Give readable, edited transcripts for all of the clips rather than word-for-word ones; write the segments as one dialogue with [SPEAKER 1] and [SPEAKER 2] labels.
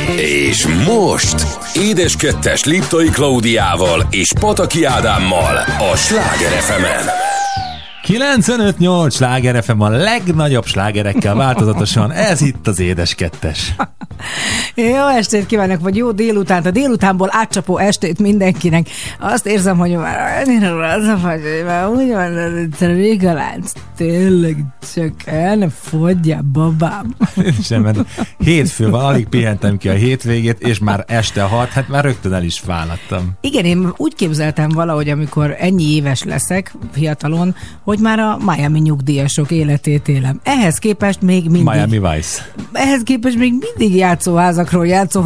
[SPEAKER 1] És most Édes Kettes Liptai Klaudiával és Pataki Ádámmal a Sláger FM-en.
[SPEAKER 2] 95.8 Sláger FM, a legnagyobb slágerekkel változatosan. Ez itt az Édes Kettes.
[SPEAKER 3] Jó estét kívánok, vagy jó délutánt. A délutánból átcsapó estét mindenkinek. Azt érzem, hogy már úgy van, Régalánc, tényleg csak el ne fogyjál, babám.
[SPEAKER 2] Sem, mert hétfő van, alig pihentem ki a hétvégét, és már este 6, hát már rögtön el is fáradtam.
[SPEAKER 3] Igen, én úgy képzeltem valahogy, amikor ennyi éves leszek fiatalon, hogy már a Miami nyugdíjasok életét élem. Ehhez képest még mindig...
[SPEAKER 2] Miami Vice.
[SPEAKER 3] Ehhez képest még mindig játszóterekről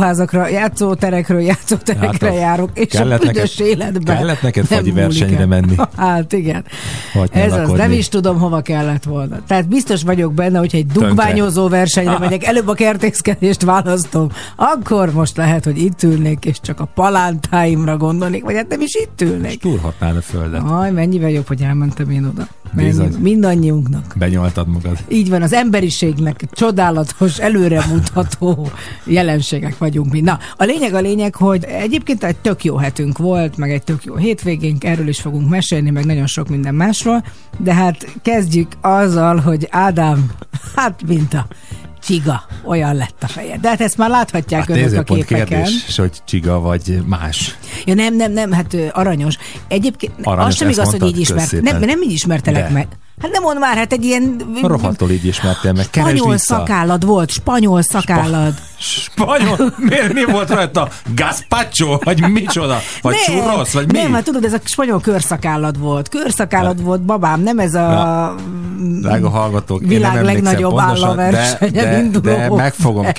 [SPEAKER 3] járok, és a büdös életben
[SPEAKER 2] kellett neked fagyi versenyre menni?
[SPEAKER 3] Hát igen. Ez az, nem is tudom, hova kellett volna. Tehát biztos vagyok benne, hogyha egy dugványozó versenyre megyek, előbb a kertészkedést választom, akkor most lehet, hogy itt ülnék, és csak a palántáimra gondolnék, vagy hát nem is itt ülnék. És
[SPEAKER 2] túrhatnád a földet.
[SPEAKER 3] Aj, mennyivel jobb, hogy elmentem én oda. Mindannyiunknak.
[SPEAKER 2] Benyaltad magad.
[SPEAKER 3] Így van, az emberiségnek csodálatos, előremutató jelenségek vagyunk mi. Na, a lényeg, hogy egyébként egy tök jó hetünk volt, meg egy tök jó hétvégénk, erről is fogunk mesélni, meg nagyon sok minden másról, de hát kezdjük azzal, hogy Ádám, hát mint a csiga, olyan lett a feje. De hát ezt már láthatják önök a képeken.
[SPEAKER 2] Kérdés, hogy csiga vagy más.
[SPEAKER 3] Ja nem, hát aranyos. Egyébként
[SPEAKER 2] aranyos,
[SPEAKER 3] az sem igaz, hogy így ismert. Nem így ismertelek meg. Hát nem mondd már, hát egy ilyen...
[SPEAKER 2] Rohadtól így ismertél meg.
[SPEAKER 3] Spanyol szakállad volt, spanyol szakállad.
[SPEAKER 2] Spanyol? Mi volt rajta? Gazpacho? Vagy micsoda? Vagy churros? Vagy mi?
[SPEAKER 3] Nem, hát tudod, ez a spanyol körszakállad volt. Körszakállad volt, babám, nem ez a...
[SPEAKER 2] Drága hallgatók,
[SPEAKER 3] világ legnagyobb állaversenyen induló.
[SPEAKER 2] De meg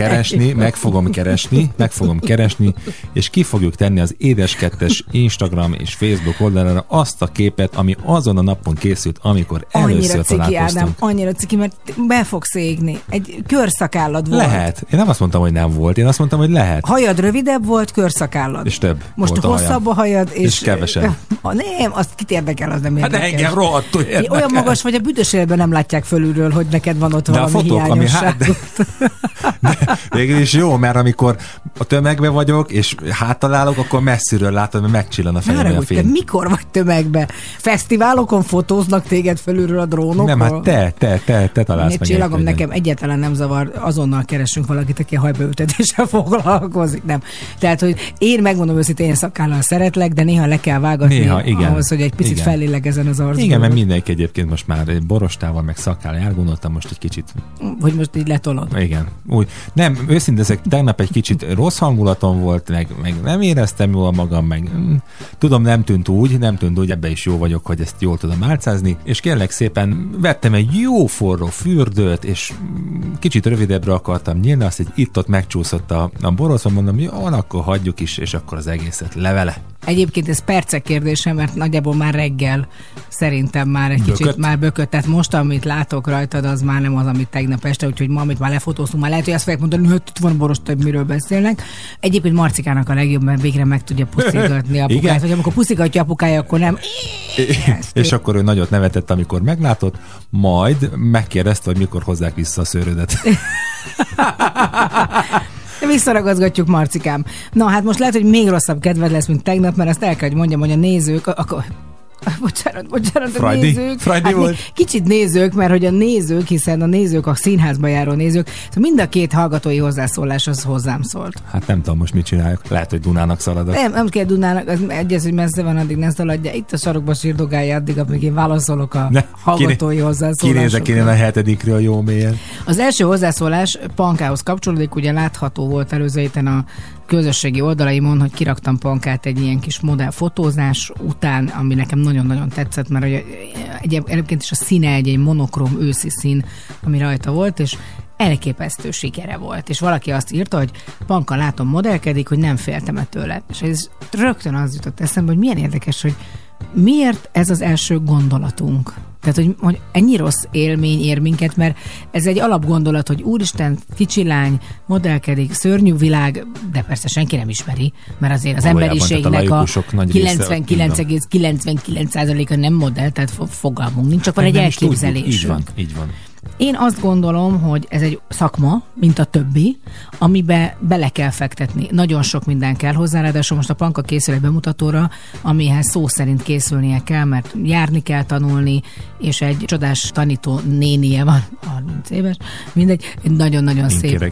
[SPEAKER 2] fogom keresni, és ki fogjuk tenni az Édes Kettes Instagram és Facebook oldalára azt a képet, ami azon a napon készült, amikor először találkoztunk.
[SPEAKER 3] Ádám, annyira ciki, mert be fogsz égni. Egy körszakállad volt.
[SPEAKER 2] Lehet. Én nem azt mondtam, hogy nem volt. Én azt mondtam, hogy lehet.
[SPEAKER 3] Hajad rövidebb volt, körszakállad.
[SPEAKER 2] És több.
[SPEAKER 3] Most hosszabb a hajad. És
[SPEAKER 2] kevesebb.
[SPEAKER 3] Nem, azt kit érdekel, az nem érdekes.
[SPEAKER 2] Hát engem rohadtul érdekel.
[SPEAKER 3] Olyan magas vagy, a büdös életben nem látják fölülről, hogy neked van ott valami hiányosság.
[SPEAKER 2] Végül is jó, mert amikor a tömegbe vagyok, és háttalálok, akkor messziről látod, mert megcsillan a fejembe a fény.
[SPEAKER 3] Te mikor vagy tömegbe? Fesztiválokon fotóznak téged fölülről a drónokkal?
[SPEAKER 2] Nem, hát te találsz meg.
[SPEAKER 3] Csillagom, nekem egyáltalán nem zavar, azonnal keresünk valakit, aki a hajbeültetéssel foglalkozik. Nem. Tehát, hogy én megmondom őszintén, én szakállal szeretlek, de néha le kell vágatni ahhoz, hogy egy picit fellélegezzen az arcból.
[SPEAKER 2] Igen, mert mindenki egyébként most már borostával, meg szakállal jár, gondoltam most egy kicsit.
[SPEAKER 3] Hogy most így letolod.
[SPEAKER 2] Igen. Úgy. Nem, őszintén ezek tegnap egy kicsit rossz hangulatom volt, meg nem éreztem jól magam, meg tudom, nem tűnt úgy, ebben is jó vagyok, hogy ezt jól tudom álcázni, és kérlek szépen vettem egy jó forró fürdőt, és kicsit rövidebbre akartam nyílni, azt itt-ott megcsúszott a boroszon, mondom, jó, akkor hagyjuk is, és akkor az egészet levele.
[SPEAKER 3] Egyébként ez percek kérdése, mert nagyjából már reggel szerintem már egy kicsit már bökött. Tehát most, amit látok rajtad, az már nem az, amit tegnap este, úgyhogy ma, amit már lefotóztunk, már lehet, hogy azt fogják mondani, hogy itt van boros, hogy miről beszélnek. Egyébként Marcikának a legjobb, mert végre meg tudja puszigatni apukát, vagy amikor puszigatja apukája, akkor nem.
[SPEAKER 2] És akkor ő nagyot nevetett, amikor meglátott, majd megkérdezte, hogy mikor hozzák vissza a szőrödet.
[SPEAKER 3] Visszaragazgatjuk, Marcikám. Na, hát most lehet, hogy még rosszabb kedved lesz, mint tegnap, mert azt el kell, hogy mondjam, hogy a nézők, akkor... Bocsánat, a nézők.
[SPEAKER 2] Friday volt.
[SPEAKER 3] Kicsit nézők, mert hogy a nézők, hiszen a nézők, a színházba járó nézők, szóval mind a két hallgatói hozzászólás az hozzám szólt.
[SPEAKER 2] Hát nem tudom most mit csináljuk. Lehet, hogy Dunának szaladok.
[SPEAKER 3] Nem kell Dunának, az egyes, hogy messze van, addig ne szaladja. Itt a sarokba sírdogálja addig, amíg én válaszolok a hallgatói hozzászólásokra.
[SPEAKER 2] Kinézek én a 7-ről jó mélyen.
[SPEAKER 3] Az első hozzászólás Pankához kapcsolódik, ugye látható volt előző héten a közösségi oldalaimon, hogy kiraktam Pankát egy ilyen kis modellfotózás után, ami nekem nagyon-nagyon tetszett, mert egyébként is a színe egy monokróm őszi szín, ami rajta volt, és elképesztő sikere volt. És valaki azt írta, hogy Panka, látom, modellkedik, hogy nem féltem tőle. És ez rögtön az jutott eszembe, hogy milyen érdekes, hogy miért ez az első gondolatunk. Tehát, hogy ennyi rossz élmény ér minket, mert ez egy alapgondolat, hogy úristen, kicsi lány, modellkedik, szörnyű világ, de persze senki nem ismeri, mert azért az emberiségnek a 99,99%-a nem modell, tehát fogalmunk nincs, csak van egy elképzelésünk.
[SPEAKER 2] Így van.
[SPEAKER 3] Én azt gondolom, hogy ez egy szakma, mint a többi, amibe bele kell fektetni. Nagyon sok minden kell hozzá, ráadásul most a Panka készül egy bemutatóra, amihez szó szerint készülnie kell, mert járni kell tanulni, és egy csodás tanító nénie van, 30 éves, mindegy, egy nagyon-nagyon szép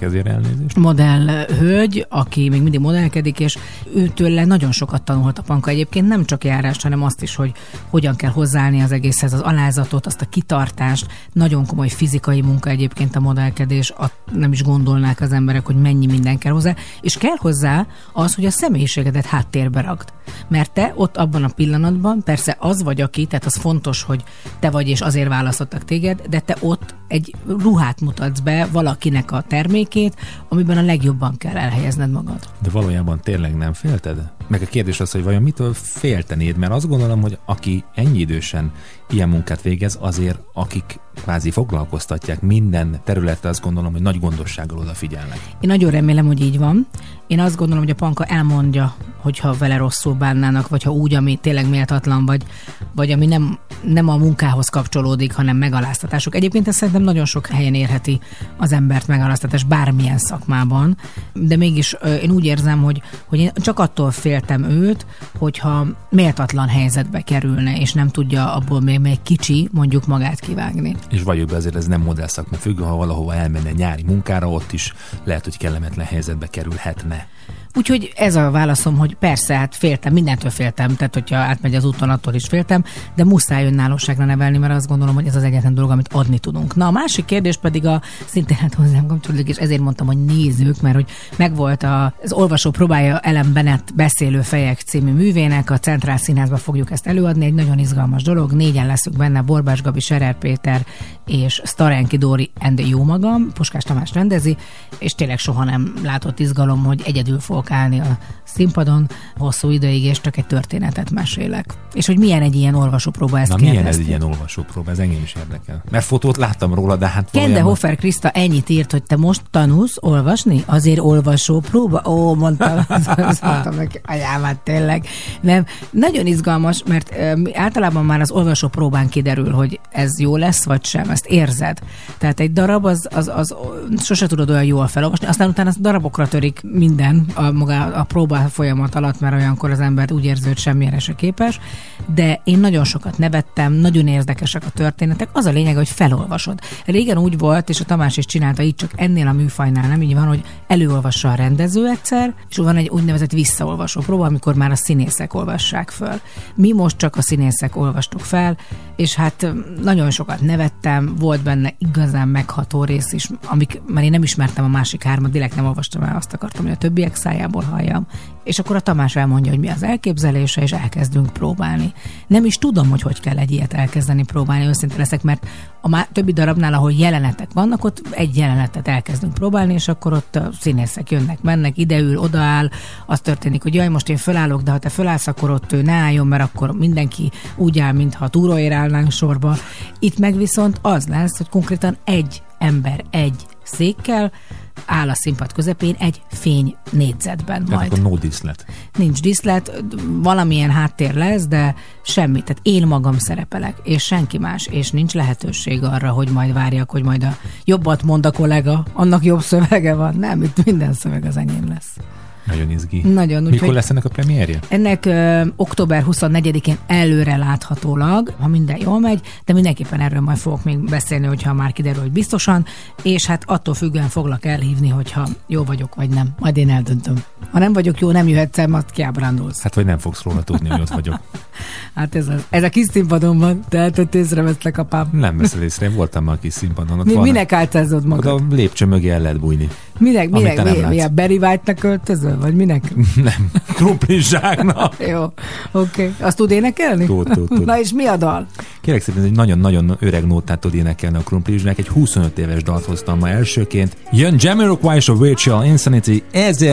[SPEAKER 3] modell hölgy, aki még mindig modellkedik, és őtőle nagyon sokat tanulhat a Panka egyébként, nem csak járást, hanem azt is, hogy hogyan kell hozzáállni az egészhez, az alázatot, azt a kitartást, nagyon komoly fizikai munka egyébként a modellkedés, nem is gondolnák az emberek, hogy mennyi minden kell hozzá, és kell hozzá az, hogy a személyiségedet háttérbe ragd. Mert te ott abban a pillanatban, persze az vagy aki, tehát az fontos, hogy te vagy, és azért választottak téged, de te ott egy ruhát mutatsz be, valakinek a termékét, amiben a legjobban kell elhelyezned magad.
[SPEAKER 2] De valójában tényleg nem félted? Meg a kérdés az, hogy vajon mitől féltenéd, mert azt gondolom, hogy aki ennyi idősen ilyen munkát végez, azért akik kvázi foglalkoztatják minden területre, azt gondolom, hogy nagy gondossággal odafigyelnek.
[SPEAKER 3] Én nagyon remélem, hogy így van. Én azt gondolom, hogy a Panka elmondja, hogyha vele rosszul bánnának, vagy ha úgy, ami tényleg méltatlan, vagy ami nem a munkához kapcsolódik, hanem megaláztatások. Egyébként ez szerintem nagyon sok helyen érheti az embert megaláztatás bármilyen szakmában, de mégis én úgy érzem, hogy én csak attól féltem őt, hogyha méltatlan helyzetbe kerülne, és nem tudja abból még kicsi mondjuk magát kivágni.
[SPEAKER 2] És valljuk be, azért ez nem modellszakma függő, ha valahova elmenne nyári munkára, ott is lehet, hogy kellemetlen helyzetbe kerülhetne.
[SPEAKER 3] Úgyhogy ez a válaszom, hogy persze, hát féltem, mindentől féltem, tehát hogyha átmegy az úton, attól is féltem, de muszáj önállóságra nevelni, mert azt gondolom, hogy ez az egyetlen dolog, amit adni tudunk. Na, a másik kérdés pedig szintén hát hozzám kapcsolódik, és ezért mondtam, hogy nézők, mert hogy megvolt az olvasó próbája Ellen Bennett Beszélő fejek című művének, a Centrál Színházba fogjuk ezt előadni, egy nagyon izgalmas dolog, 4-en leszünk benne, Borbás Gabi, Serer Péter és Starenki Dóri and jó magam, Puskás Tamás rendezi, és tényleg soha nem látott izgalom, hogy egyedül fogok állni a színpadon hosszú ideig, és csak egy történetet mesélek. És hogy milyen egy ilyen olvasópróba, ezt kérdeztem.
[SPEAKER 2] Milyen ez egy ilyen olvasópróba? Ez engem is érdekel. Mert fotót láttam róla, de hát
[SPEAKER 3] Kende Hofer Kriszta ennyit írt, hogy te most tanulsz olvasni? Azért olvasópróba? Ó, mondtam, azt mondtam neki, anyám, tényleg. Nem, nagyon izgalmas, mert általában már az olvasópróbán kiderül, hogy ez jó lesz, vagy sem, ezt érzed. Tehát egy darab, az sose tudod olyan jól felolvasni, aztán utána az darabokra törik minden a próba folyamat alatt, mert olyankor az ember úgy érzi, hogy semmire se képes, de én nagyon sokat nevettem, nagyon érdekesek a történetek, az a lényeg, hogy felolvasod. Régen úgy volt, és a Tamás is csinálta, így csak ennél a műfajnál nem így van, hogy előolvassa a rendező egyszer, és van egy úgynevezett visszaolvasó próba, amikor már a színészek olvassák föl. Mi most csak a színészek olvastuk fel, és hát nagyon sokat nevettem, volt benne igazán megható rész is, mert én nem ismertem a másik hármat, direkt nem olvastam el, azt akartam, hogy a többiek szájából halljam. És akkor a Tamás elmondja, hogy mi az elképzelése, és elkezdünk próbálni. Nem is tudom, hogy kell egy ilyet elkezdeni próbálni, őszinte leszek, mert a többi darabnál, ahol jelenetek vannak, ott egy jelenetet elkezdünk próbálni, és akkor ott a színészek jönnek, mennek, ideül, odaáll, az történik, hogy jaj, most én fölállok, de ha te fölállsz, akkor ott ő ne álljon, mert akkor mindenki úgy áll, mintha túróért állnánk sorba. Itt meg viszont az lesz, hogy konkrétan egy ember egy székkel áll a színpad közepén egy fény négyzetben.
[SPEAKER 2] Tehát akkor no díszlet.
[SPEAKER 3] Nincs díszlet, valamilyen háttér lesz, de semmi. Tehát én magam szerepelek, és senki más, és nincs lehetőség arra, hogy majd várjak, hogy majd a jobbat mond a kollega, annak jobb szövege van. Nem, itt minden szöveg az enyém lesz.
[SPEAKER 2] Nagyon izgi.
[SPEAKER 3] Nagyon.
[SPEAKER 2] Mikor lesz ennek a premierje?
[SPEAKER 3] Ennek október 24-én előre láthatólag, ha minden jól megy, de mindenképpen erről majd fogok még beszélni, hogyha már kiderül, hogy biztosan, és hát attól függően foglak elhívni, hogyha jó vagyok, vagy nem. Majd én eldöntöm. Ha nem vagyok jó, nem jöhetsz el, majd kiábrándulsz.
[SPEAKER 2] Hát vagy nem fogsz róla tudni, hogy ott vagyok.
[SPEAKER 3] Hát ez a kis színpadon van, tehát ott észreveszlek, apám.
[SPEAKER 2] Nem veszed észre, én voltam már a kis színpadon.
[SPEAKER 3] Minek álcázod magad?
[SPEAKER 2] A lépcső mögé el lehet bújni.
[SPEAKER 3] Minek? Mi a Barry White-nak költözöl? Vagy minek?
[SPEAKER 2] Nem, krumplizsáknak.
[SPEAKER 3] Jó, oké. Azt tud énekelni?
[SPEAKER 2] Tud.
[SPEAKER 3] Na és mi a dal?
[SPEAKER 2] Kérlek szépen, egy nagyon-nagyon öreg nótát tud énekelni a krumplizsák. Egy 25 éves dalt hoztam ma elsőként. Jön Jamiroquai és a Virtual Insanity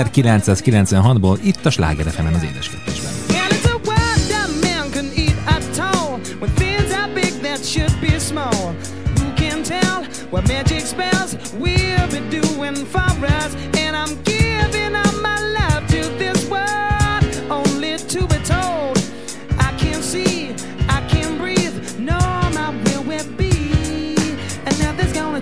[SPEAKER 2] 1996-ból itt a Sláger FM-en az Édes Kettesben.
[SPEAKER 4] What magic spells we'll be doing for us, and I'm giving up my love to this world, only to be told I can't see, I can't breathe, no, my will be, and nothing's gonna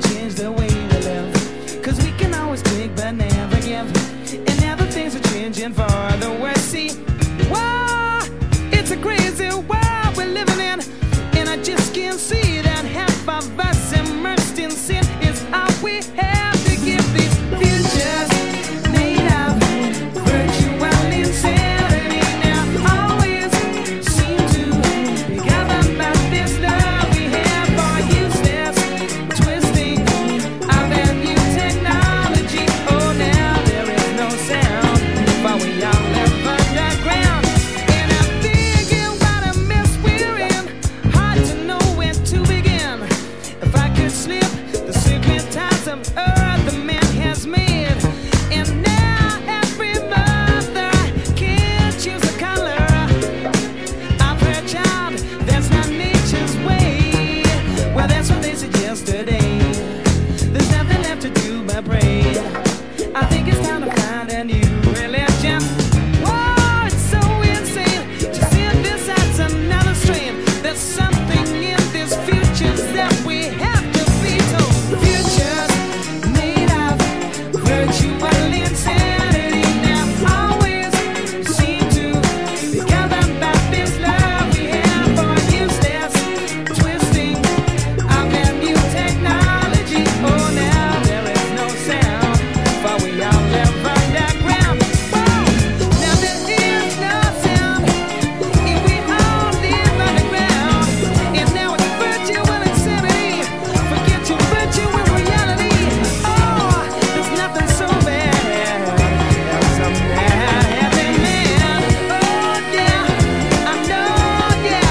[SPEAKER 4] changing for the worse. See, wow, it's a crazy world we're living in, and I just can't see that half of us immersed in sin is all we have to give these futures made of virtual insanity. Now always seem to be governed by this love we have for useless twisting of that new technology. Oh, now there is no sound, but we all live underground. And I'm thinking what a mess we're in, hard to know where to begin. If I could slip the secret ties of earth the man has made, and now every mother can't choose a color of her child. That's not nature's way. Well, that's what they said yesterday. There's nothing left to do but pray. I think it's time to find a new religion. Whoa, it's so insane to synthesize another strain. There's something in this future that we have to be told. Futures made of virtual insanity. Now always seem to be governed by this love we have for useless twisting of that new technology. Oh, now there is no sound, for we all live underground. Whoa, now there is no sound if we all live underground. And now it's virtual insanity. Forget your virtual reality. Oh, there's nothing so bad as a mad happy man. Oh yeah, I know, yeah.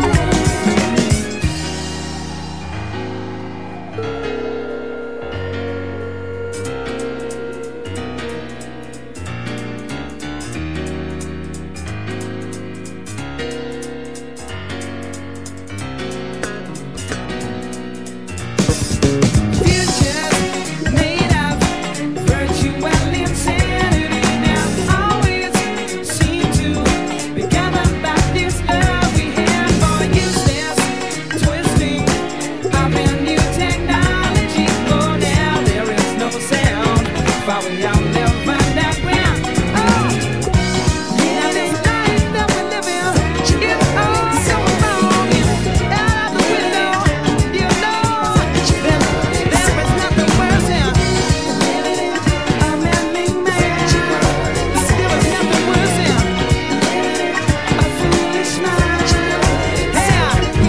[SPEAKER 4] Futures made of virtual insanity. Now always seem to be governed by this love we have for useless twisting of a new technology. Oh, now there is no sound, for we all live underground. Oh, yeah, this life that we live in is all so wrong. And out the window, you know that there is nothing worse than living in a man-made mansion. There is nothing worse than a foolish mind. Yeah.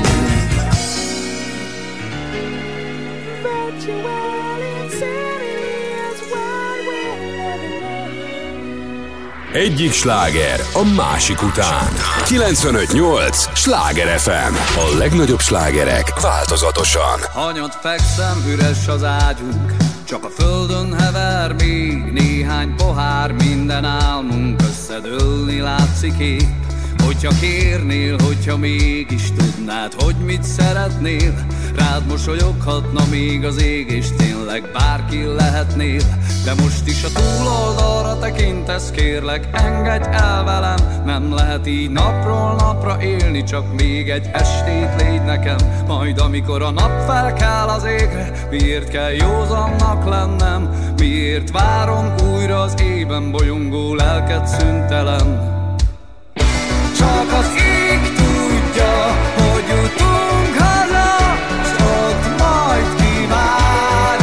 [SPEAKER 4] Virtual insanity is what we're living in.
[SPEAKER 1] Egyik sláger a másik után. 95.8 Sláger FM. A legnagyobb slágerek változatosan.
[SPEAKER 5] Hanyat fekszem, üres az ágyunk, csak a földön hever még néhány pohár, minden álmunk összedőlni látszik épp. Hogyha kérnél, hogyha mégis tudnád, hogy mit szeretnél, rád mosolyoghatna még az ég, és tényleg bárki lehetnél. De most is a túloldalra tekintesz, kérlek, engedj el velem. Nem lehet így napról napra élni, csak még egy estét légy nekem. Majd amikor a nap felkel az égre, miért kell józannak lennem? Miért várom újra az ében bolyongó lelket szüntelen? Csak az ég tudja, hogy jutunk haza, s ott majd kivár.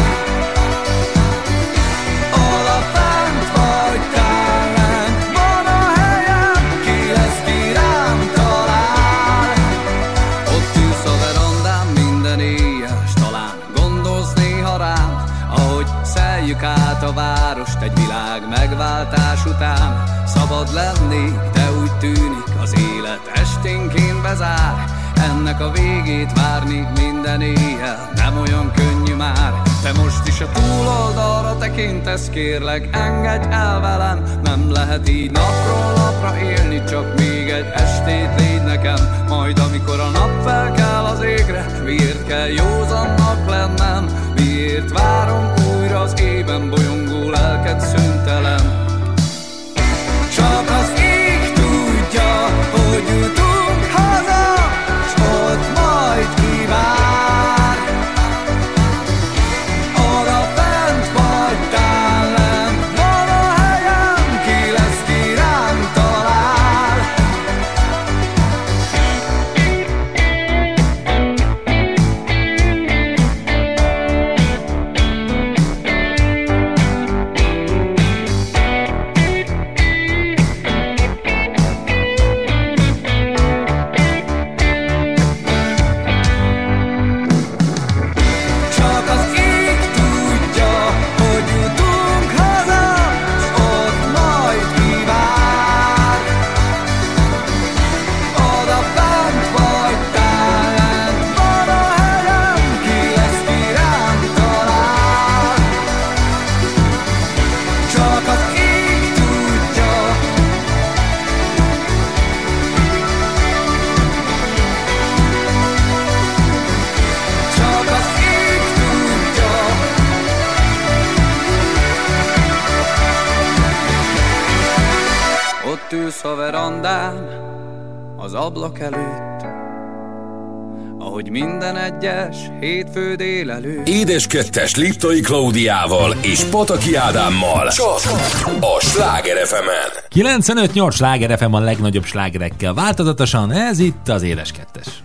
[SPEAKER 5] Oda fent vagy tán, van a helyem, ki lesz, ki rám talál. Ott ülsz a verandán minden éjjel, s talán gondolsz néha rám, ahogy szeljük át a várost egy világ megváltás után. Szabad lennék, de úgy tűnik, az élet esténként bezár. Ennek a végét várni minden éjjel nem olyan könnyű már. Te most is a túloldalra tekintesz, kérlek, engedj el velem. Nem lehet így napról napra élni, csak még egy estét légy nekem. Majd amikor a nap felkel az égre, miért kell józannak lennem? Miért várom újra az ében bolyongó lelket szüntelen? Csak az ég tudja, hogy jutunk haza, s ott majd kivár. Oda fent vagy tán lenn, van a helyem, ki lesz, ki Ott ülsz a verandán, az ablak előtt, ahogy minden egyes hétfő délelőtt.
[SPEAKER 1] Édes Kettes Liptai Klaudiával és Pataki Ádámmal csak a Sláger FM-en.
[SPEAKER 2] 95-8 Sláger FM a legnagyobb slágerekkel változatosan, ez itt az Édes Kettes.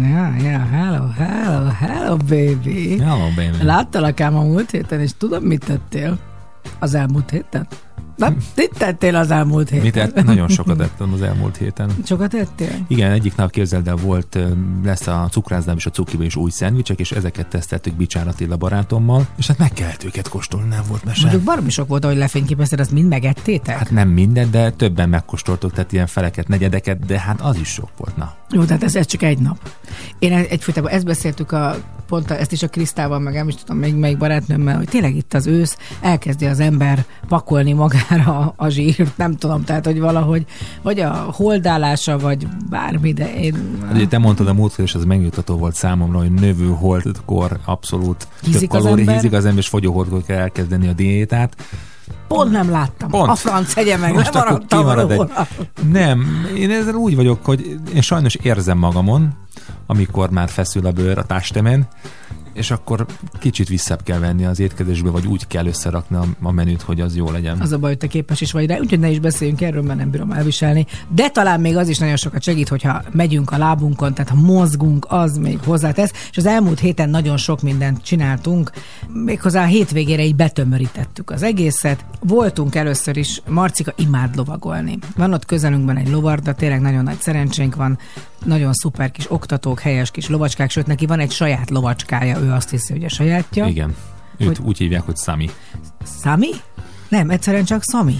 [SPEAKER 3] Hello, baby.
[SPEAKER 2] Hello, baby.
[SPEAKER 3] Láttalak ám a múlt héten, és tudom, mit tettél az elmúlt héten? Nem, mit tettél az elmúlt héten?
[SPEAKER 2] Mit tett? Nagyon sokat tettem az elmúlt héten.
[SPEAKER 3] Sokat tettél?
[SPEAKER 2] Igen, egyik nap képzeld el, lesz a cukrászdám és a cukiban is új szendvicsek, és ezeket teszteltük Bicsár Attila barátommal, és hát meg kellett őket kóstolni, nem volt mese.
[SPEAKER 3] Mondjuk baromi sok volt, ahogy lefényképezted, azt mind megettétek?
[SPEAKER 2] Hát nem minden, de többen megkóstoltuk, tehát ilyen feleket, negyedeket, de hát az is sok volt, na.
[SPEAKER 3] Jó, tehát ez csak egy nap. Én egyfolytában ezt beszéltük ezt is a Krisztával, meg nem is tudom, még melyik barátnőmmel, hogy tényleg itt az ősz, elkezdi az ember pakolni magára a zsírt, nem tudom, tehát, hogy valahogy, vagy a holdálása, vagy bármi, de én...
[SPEAKER 2] Ugye te mondtad a múltkor, és az megjutató volt számomra, hogy növő holdkor abszolút
[SPEAKER 3] hízik
[SPEAKER 2] több kalória, hízik az ember, és fogyóholdkor kell elkezdeni a diétát.
[SPEAKER 3] Pont nem láttam.
[SPEAKER 2] Pont.
[SPEAKER 3] A franc hegye meg,
[SPEAKER 2] most
[SPEAKER 3] lemaradtam róla.
[SPEAKER 2] Nem, én ezzel úgy vagyok, hogy én sajnos érzem magamon, amikor már feszül a bőr a tástemen, és akkor kicsit visszább kell venni az étkezésbe, vagy úgy kell összerakni a menüt, hogy az jó legyen. Az
[SPEAKER 3] a baj, hogy te képes is vagy rá, úgyhogy ne is beszéljünk erről, mert nem bírom elviselni. De talán még az is nagyon sokat segít, hogyha megyünk a lábunkon, tehát ha mozgunk, az még hozzátesz. És az elmúlt héten nagyon sok mindent csináltunk, méghozzá a hétvégére így betömörítettük az egészet. Voltunk először is, Marcika imád lovagolni. Van ott közelünkben egy lovarda, tényleg nagyon nagy szerencsénk van, nagyon szuper kis oktatók, helyes kis lovacskák, sőt neki van egy saját lovacskája, ő azt hiszi, hogy a sajátja.
[SPEAKER 2] Igen, őt úgy hívják, hogy Sami.
[SPEAKER 3] Sami? Nem, egyszerűen csak Sami.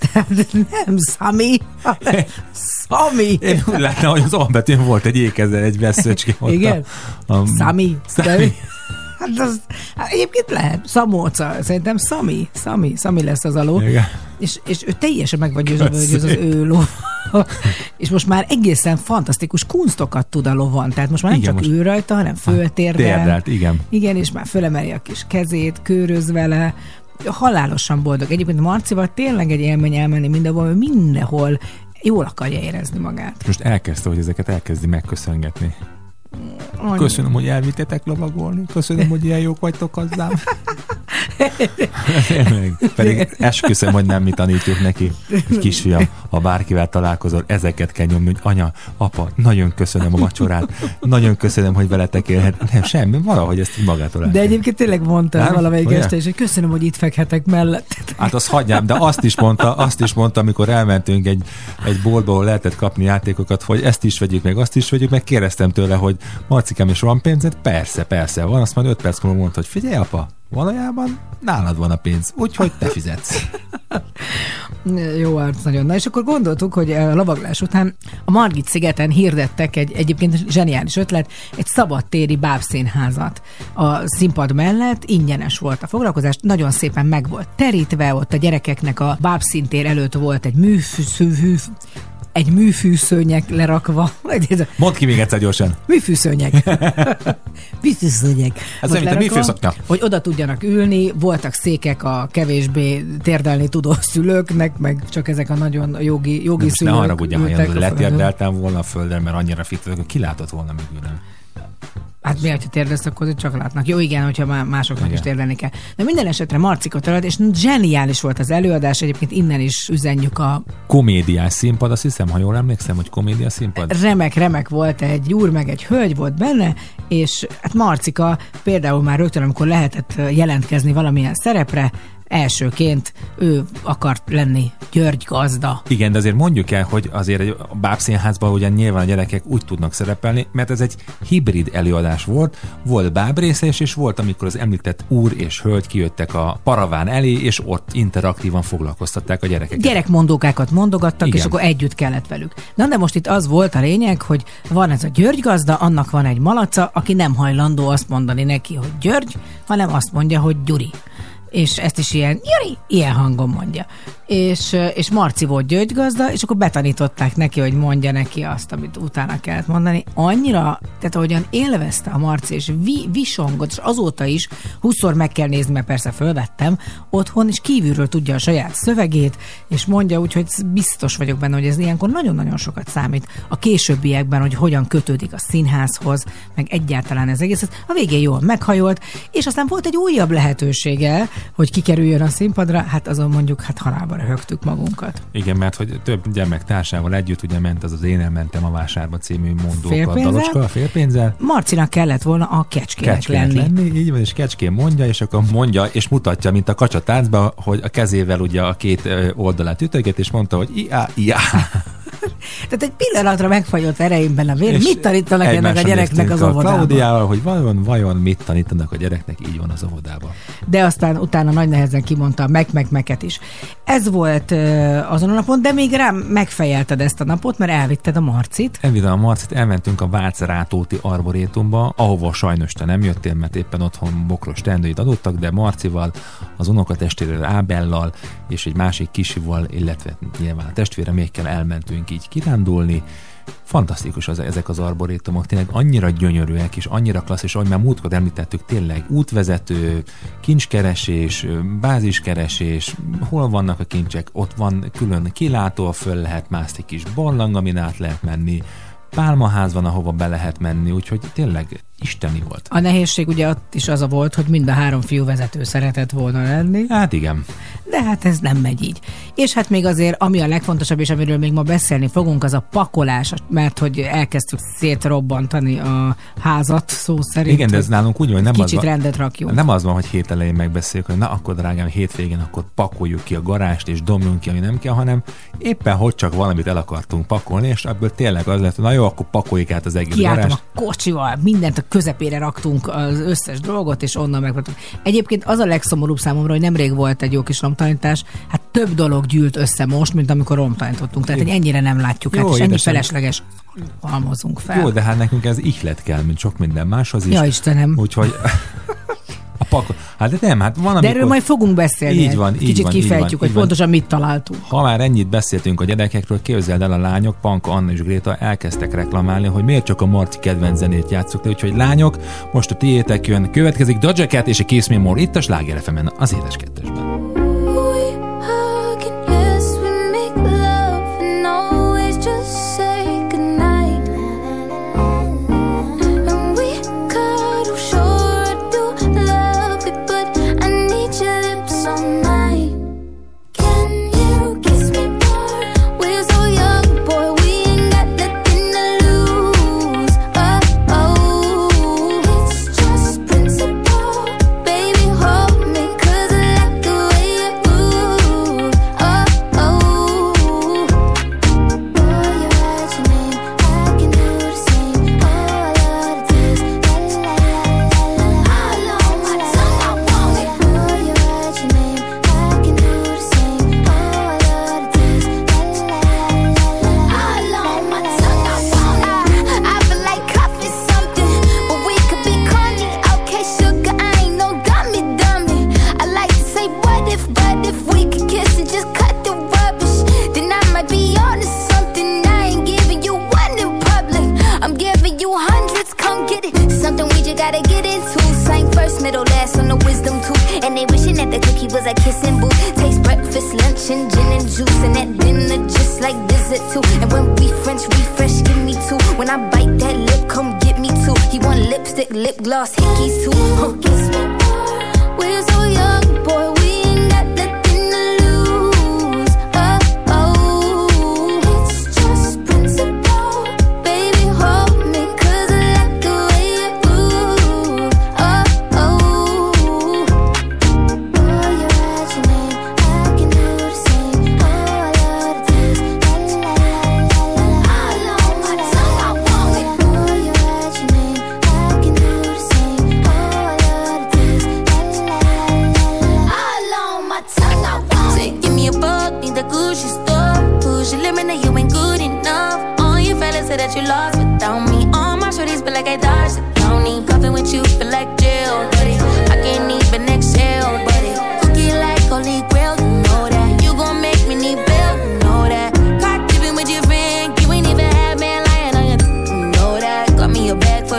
[SPEAKER 3] Nem Sami, hanem Sami.
[SPEAKER 2] Én úgy láttam, hogy az albetűn volt egy ékezzel, egy veszőcske.
[SPEAKER 3] Igen? Sami. Hát az, egyébként lehet. Szamóca. Szerintem Sami lesz az aló. És ő teljesen meg vagy győződve, hogy ez az ő ló. És most már egészen fantasztikus kunstokat tud a lovon. Tehát most már nem igen, csak ő rajta, hanem föltérdel.
[SPEAKER 2] Térdelt, igen.
[SPEAKER 3] Igen, és már fölemeli a kis kezét, kőröz vele. Halálosan boldog. Egyébként Marcival tényleg egy élmény elmenni mindenhol jól akarja érezni magát.
[SPEAKER 2] Most elkezdte, hogy ezeket elkezdi megköszöngetni. Köszönöm, hogy elvittetek lovagolni. Köszönöm, hogy ilyen jók vagytok hozzám. Pedig esküszöm, hogy nem mi tanítjuk neki. Kisfiam, ha bárkivel találkozol, ezeket kell nyomni, hogy anya, apa, nagyon köszönöm a vacsorát, nagyon köszönöm, hogy veletek élhet. Nem, semmi, valahogy ezt így magától
[SPEAKER 3] De egyébként tényleg mondta valamelyik este is, hogy köszönöm, hogy itt fekhetek mellett.
[SPEAKER 2] Hát azt hagyjám, de azt is mondta, amikor elmentünk egy boltba, ahol lehetett kapni játékokat, hogy ezt is vegyük meg, azt is vegyük meg. Kérdeztem tőle, hogy Marcikám, és van pénzed? Persze, van. Azt már 5 perc múlva mondta, hogy figyelj, apa, valójában nálad van a pénz, úgyhogy te fizetsz.
[SPEAKER 3] Jó arc nagyon. Na és akkor gondoltuk, hogy a lovaglás után a Margit-szigeten hirdettek egyébként zseniális ötlet, egy szabadtéri bábszínházat. A színpad mellett ingyenes volt a foglalkozás, nagyon szépen meg volt terítve, ott a gyerekeknek a bábszíntér előtt volt egy műfűszőnyeg lerakva.
[SPEAKER 2] Mondd ki még egyszer gyorsan.
[SPEAKER 3] Műfűszőnyeg. Műfűszőnyeg.
[SPEAKER 2] Ez olyan, mint a műfűszakna.
[SPEAKER 3] Hogy oda tudjanak ülni, voltak székek a kevésbé térdelni tudó szülőknek, meg csak ezek a nagyon jogi szülők.
[SPEAKER 2] Ne haragudjál, hogy letérdeltem volna a földön, mert annyira fit vagyok, hogy kilátott volna mögülem.
[SPEAKER 3] Hát miért, ha térdelsz, akkor csak látnak. Jó, igen, hogyha másoknak igen. is térdelni kell. De minden esetre Marcika talált, és zseniális volt az előadás, egyébként innen is üzenjük a...
[SPEAKER 2] Komédiás színpad, azt hiszem, ha jól emlékszem, hogy komédiás színpad. Remek
[SPEAKER 3] volt, egy úr meg egy hölgy volt benne, és hát Marcika például már rögtön, amikor lehetett jelentkezni valamilyen szerepre, elsőként ő akart lenni György gazda.
[SPEAKER 2] Igen, de azért mondjuk el, hogy azért egy bábszínházban ugye nyilván a gyerekek úgy tudnak szerepelni, mert ez egy hibrid előadás volt bábrésze is, és volt, amikor az említett úr és hölgy kijöttek a paraván elé, és ott interaktívan foglalkoztatták a gyerekeket.
[SPEAKER 3] Gyerekmondókákat mondogattak, igen. És akkor együtt kellett velük. Na de most itt az volt a lényeg, hogy van ez a György gazda, annak van egy malaca, aki nem hajlandó azt mondani neki, hogy György, hanem azt mondja, hogy Gyuri. és ezt is ilyen hangon mondja. És Marci volt gyöngygazda, és akkor betanították neki, hogy mondja neki azt, amit utána kellett mondani. Annyira, tehát ahogyan élvezte a Marci, és visongott, és azóta is 20-szor meg kell nézni, mert persze fölvettem otthon, és kívülről tudja a saját szövegét, és mondja úgy, hogy biztos vagyok benne, hogy ez ilyenkor nagyon-nagyon sokat számít a későbbiekben, hogy hogyan kötődik a színházhoz, meg egyáltalán ez egész. A végén jól meghajolt, és aztán volt egy újabb lehetősége, hogy kikerüljön a színpadra, hát azon mondjuk halálba röhögtük magunkat.
[SPEAKER 2] Igen, mert hogy több gyermek társával együtt ugye ment az Én elmentem a vásárba című mondókkal, dalocska, a félpénzzel.
[SPEAKER 3] Marcinak kellett volna a kecskének lenni.
[SPEAKER 2] Így van, és Kecskén mondja, és akkor mondja, és mutatja, mint a kacsa táncba, hogy a kezével ugye a két oldalát ütöget, és mondta, hogy ia.
[SPEAKER 3] Tehát egy pillanatra megfagyott ereimben a vér. Mit tanítanak ennek a gyereknek az óvodában?
[SPEAKER 2] Klaudiával, hogy vajon mit tanítanak a gyereknek, így van az óvodában.
[SPEAKER 3] De aztán utána nagy nehezen kimondta a meg-meg-meket is. Ez volt azon a napon, de még rám megfejelted ezt a napot, mert elvitted a Marcit.
[SPEAKER 2] Elvittem a Marcit, elmentünk a Vácz-Rátóti Arborétumba, ahova sajnos te nem jöttél, mert éppen otthon bokros teendőit adottak, de Marcival, az unokatestvérrel Ábellal és egy másik kisival, illetve nyilván a testvéremékkel elmentünk így kirándulni. Fantasztikus ezek az arborétumok, tényleg annyira gyönyörűek és annyira klassz, és ahogy már múltkor említettük, tényleg útvezető, kincskeresés, báziskeresés, hol vannak a kincsek, ott van külön kilátó, föl lehet mászni, kis barlang, amin át lehet menni, pálmaház van, ahova be lehet menni, úgyhogy tényleg isteni volt.
[SPEAKER 3] A nehézség ugye ott is az a volt, hogy mind a 3 fiú vezető szeretett volna lenni.
[SPEAKER 2] Hát igen.
[SPEAKER 3] De hát ez nem megy így. És hát még azért, ami a legfontosabb, és amiről még ma beszélni fogunk, az a pakolás, mert hogy elkezdtük szétrobbantani a házat, szó szerint.
[SPEAKER 2] Igen, de ez nálunk úgy van, hogy
[SPEAKER 3] kicsit rendet rakjunk.
[SPEAKER 2] Nem az van, hogy hét elején megbeszéljük, hogy na akkor drágám, hétvégén akkor pakoljuk ki a garást, és domjunk ki, ami nem kell, hanem éppen hogy csak valamit el akartunk pakolni, és ebből tényleg az lett, hogy na jó, akkor pakoljuk át az egész garást.
[SPEAKER 3] A kocsival, mindent a közepére raktunk az összes dolgot, és onnan megvetünk. Egyébként az a legszomorúbb számomra, hogy nemrég volt egy jó kis romtanítás, hát több dolog gyűlt össze most, mint amikor romtanítottunk. Tehát, hogy ennyire nem látjuk,
[SPEAKER 2] jó,
[SPEAKER 3] hát, és ennyi felesleges halmozunk fel.
[SPEAKER 2] Jó, de hát nekünk ez ihlet kell, mint sok minden máshoz is.
[SPEAKER 3] Ja, Istenem.
[SPEAKER 2] Úgyhogy hát de nem, hát van, amikor...
[SPEAKER 3] De erről majd fogunk beszélni.
[SPEAKER 2] Így van,
[SPEAKER 3] kicsit kifejtjük, hogy pontosan mit találtunk.
[SPEAKER 2] Ha már ennyit beszéltünk a gyerekekről, képzeld el, a lányok, Panka, Anna és Gréta elkezdtek reklamálni, hogy miért csak a Marci kedvenc zenét játsszuk le, úgyhogy lányok, most a tiétek jön, következik Doja Cat és a Kiss Me More itt a Sláger FM-en, az Édes Kettesben.
[SPEAKER 6] Don't need coffee with you, feel like jail, buddy. I can't even exhale, buddy.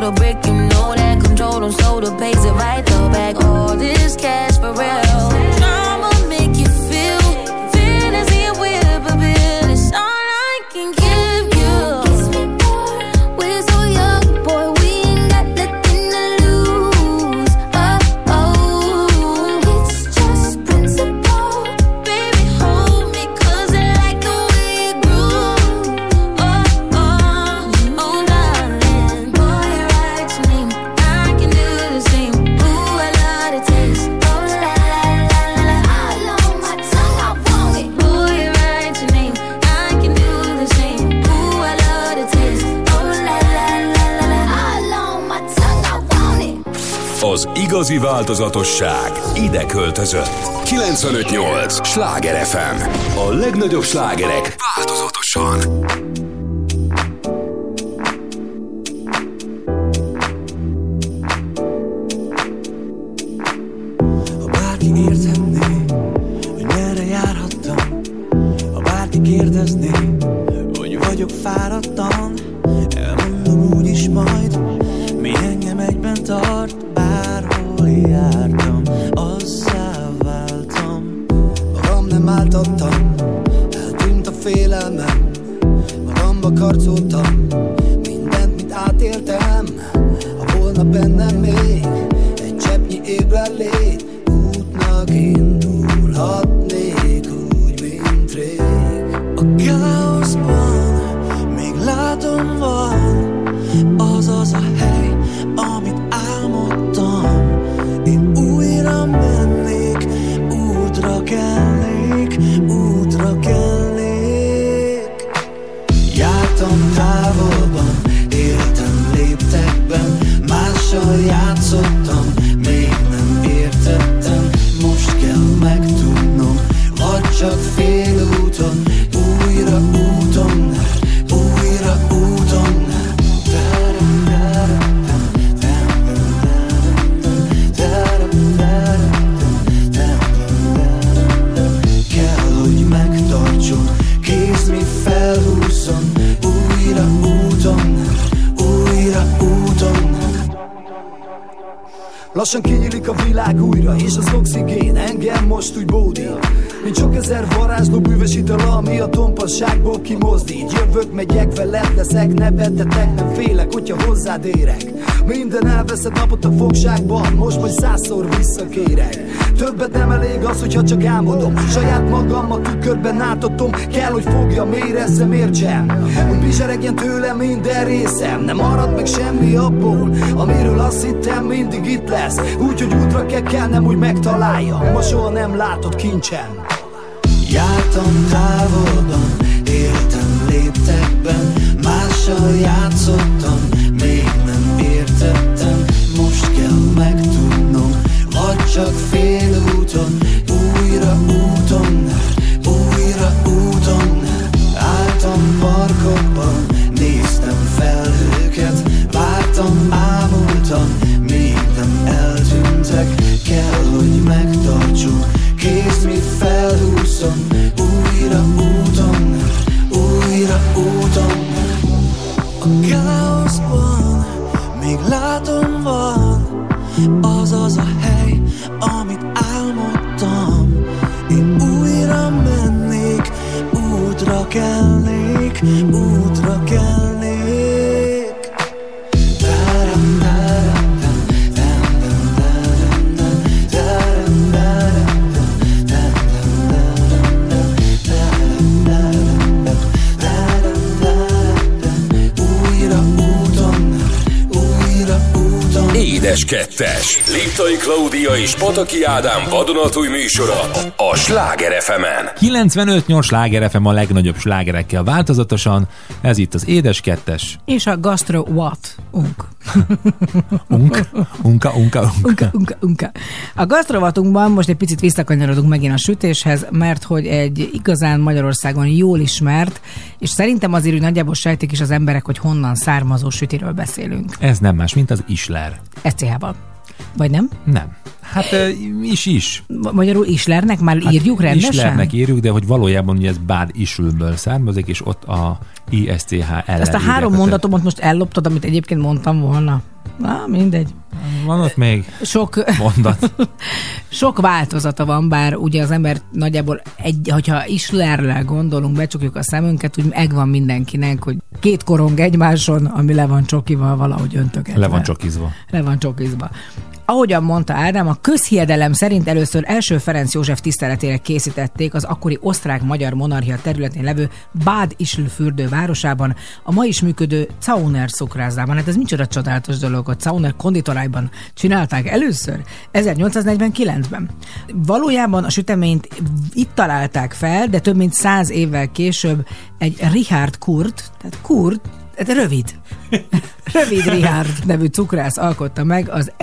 [SPEAKER 6] the brick, you know that. Control them so the pays it right the back. All this cash for real. Drama make you feel fantasy and whip a bill. It's all I can give you. Kiss me more. We're so young, boy, we ain't got nothing to lose. Oh, oh, it's just principle. Baby, hold me 'cause I like the way it groove. Oh, oh, oh, darling. Boy, you write your name. I can do the same. Ooh, I love the taste. Oh, la, la, la, la, la. All on my tongue, I want it. Boy, you write your name. I can do the same. Ooh, I love the taste. Oh, la, la, la, la, la. All on my tongue, I want it.
[SPEAKER 1] Az igazi változatosság ide költözött. 95.8 Sláger FM. A legnagyobb slágerek változatosan.
[SPEAKER 5] Ha bárki érthetné, hogy merre járhattam, ha bárki kérdezné, hogy vagyok fáradtan, elmondom úgyis majd, mi engem egyben tart, bárhol jártam, azzá váltam. Magam nem áltattam, eltűnt a félelmem, magamba karcoltam, mindent, mit átéltem. Ha volna bennem még egy cseppnyi ébrenlét, útnak indulhatnék úgy, mint rég. A káoszban még látom van az a hely, amit álmodtam. Én újra mennék, útra kelnék, útra kelnék. Jártam távolban, éltem léptekben, mással játszottam, még nem értettem. Most kell megtudnom, vagy csak félúton, újra úton, újra úton. Kell, hogy megtartson, kész, mi felhúzzon, újra úton, újra úton. Lassan kinyílik a világ újra, és az oxigén engem most úgy bódít. Mint sok ezer varázsló bűvös ital, ami a tompasságból kimozdít. Jövök, megyek, veled leszek, nevettetek, nem félek, hogyha hozzád érek. Minden elveszett napot a fogságban, most majd 100-szor visszakérek. Többet nem elég az, hogyha csak álmodom, saját magam a tükörben átadom. Kell, hogy fogjam, érezzem, értsem, hogy bizseregjen tőlem minden részem. Nem marad meg semmi abból, amiről azt hittem mindig itt lesz. Úgyhogy útra kell kelnem, hogy megtaláljam, ma soha nem látott kincsem. Jártam távolban, éltem léptekben, mással játszottam, még nem értettem. Most kell megtudnom, vagy csak félúton, újra úton, újra úton. Álltam parkokban, néztem felhőket, vártam, ámultam, még nem eltűntek. Kell, hogy megtartsuk, kész, mi felhúzzon, újra úton, újra úton. A káoszban még látom van az a hely, amit álmodtam. Én újra mennék, útra kelnék, útra kelnék.
[SPEAKER 1] Édes Kettes. Liptai Klaudia és Pataki Ádám vadonatúj műsora a Sláger FM-en.
[SPEAKER 2] 95.8 Sláger FM a legnagyobb slágerekkel változatosan. Ez itt az Édes Kettes.
[SPEAKER 3] És a Gastro What? Unka. A gasztrovatunkban most egy picit visszakanyarodunk megint a sütéshez, mert hogy egy igazán Magyarországon jól ismert, és szerintem azért, hogy nagyjából sejtik is az emberek, hogy honnan származó sütiről beszélünk.
[SPEAKER 2] Ez nem más, mint az Isler.
[SPEAKER 3] SCH-val. Vagy nem?
[SPEAKER 2] Nem. Hát is.
[SPEAKER 3] Magyarul Islernek már írjuk rendesen?
[SPEAKER 2] Islernek írjuk, de hogy valójában ugye ez Bad Ischlből származik, és ott a ISCH ellen.
[SPEAKER 3] Ezt a három mondatomat most elloptad, amit egyébként mondtam volna? Na, mindegy.
[SPEAKER 2] Van ott még mondat.
[SPEAKER 3] Sok változata van, bár ugye az ember nagyjából hogyha Islerrel gondolunk, becsukjuk a szemünket, úgy megvan mindenkinek, hogy 2 korong egymáson, ami le van csokival valahogy öntögetve. Le van csokizva. Ahogyan mondta Ádám, a közhiedelem szerint először első Ferenc József tiszteletére készítették az akkori osztrák-magyar monarchia területén levő Bad Ischl-fürdő városában, a ma is működő Zauner cukrászdában. Hát ez micsoda csodálatos dolog, hogy Zauner konditorájban csinálták először, 1849-ben. Valójában a süteményt itt találták fel, de több mint 100 évvel később egy Richard Kurt, tehát Kurt, rövid Richard nevű cukrász alkotta meg az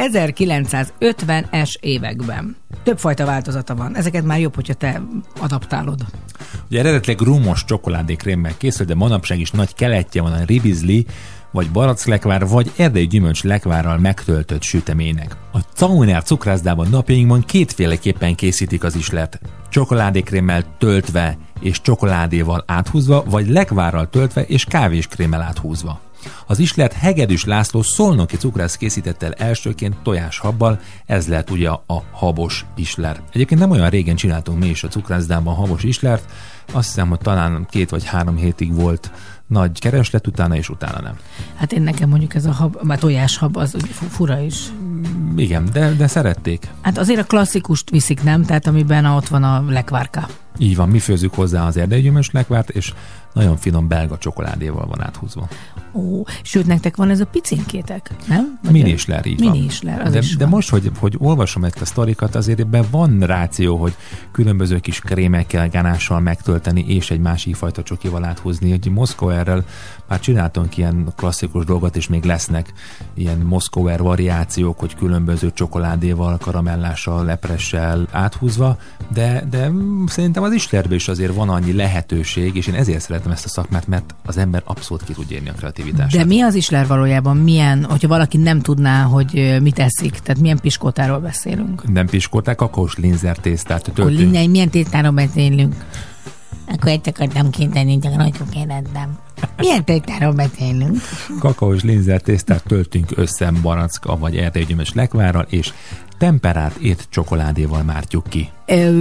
[SPEAKER 3] 1950-es években. Többfajta változata van. Ezeket már jobb, hogyha te adaptálod.
[SPEAKER 2] Ugye eredetileg rumos csokoládékrémmel készül, de manapság is nagy keletje van a ribizli, vagy barackslekvár, vagy erdei gyümölcs lekvárral megtöltött süteménynek. A Zauner cukrászdában napjainkban 2-féleképpen készítik az islert. Csokoládékrémmel töltve és csokoládéval áthúzva, vagy lekvárral töltve és kávéskrémmel áthúzva. Az islert Hegedűs László szolnoki cukrász készített el elsőként tojáshabbal, ez lett ugye a habos isler. Egyébként nem olyan régen csináltunk mi is a cukrászdában habos islert, azt hiszem, hogy talán 2 vagy 3 hétig volt nagy kereslet utána, és utána nem.
[SPEAKER 3] Hát én nekem mondjuk ez a hab, már tojáshab, az fura is.
[SPEAKER 2] Igen, de szerették.
[SPEAKER 3] Hát azért a klasszikust viszik, nem? Tehát amiben ott van a lekvárka.
[SPEAKER 2] Így van, mi főzzük hozzá az erdei gyümölcs lekvárt, és nagyon finom belga csokoládéval van áthúzva.
[SPEAKER 3] Ó, sőt, nektek van ez a picinkétek, nem?
[SPEAKER 2] Mini-isler, így van.
[SPEAKER 3] Mini-isler, az
[SPEAKER 2] de most, hogy olvasom ezt a sztorikat, azért ebben van ráció, hogy különböző kis krémekkel, ganással megtölteni, és egy másik fajta csokival áthúzni. Egy Moszkóerrel már csináltunk ilyen klasszikus dolgot, és még lesznek ilyen Moszkóer variációk, hogy különböző csokoládéval, karamellással, lepressel áthúzva, de szerintem az islerben is azért van annyi lehetőség, és én ezért szeretem ezt a szakmát, mert az ember abszolút ki tud érni a kreativitását. De
[SPEAKER 3] mi az isler valójában? Milyen, hogyha valaki nem tudná, hogy mit eszik, tehát milyen piskótáról beszélünk?
[SPEAKER 2] Nem piskóták, kakaós linzer tésztát.
[SPEAKER 3] Milyen tésztáról beszélünk? Akkor ezt akartam kérdeni, csak nagyon kérdeztem. Milyen tésztáról beszélünk?
[SPEAKER 2] Kakaós linzer tésztát töltünk össze baracka vagy erdei gyümölcs lekvárral, és temperált ét csokoládéval mártjuk ki.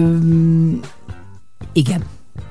[SPEAKER 3] Igen.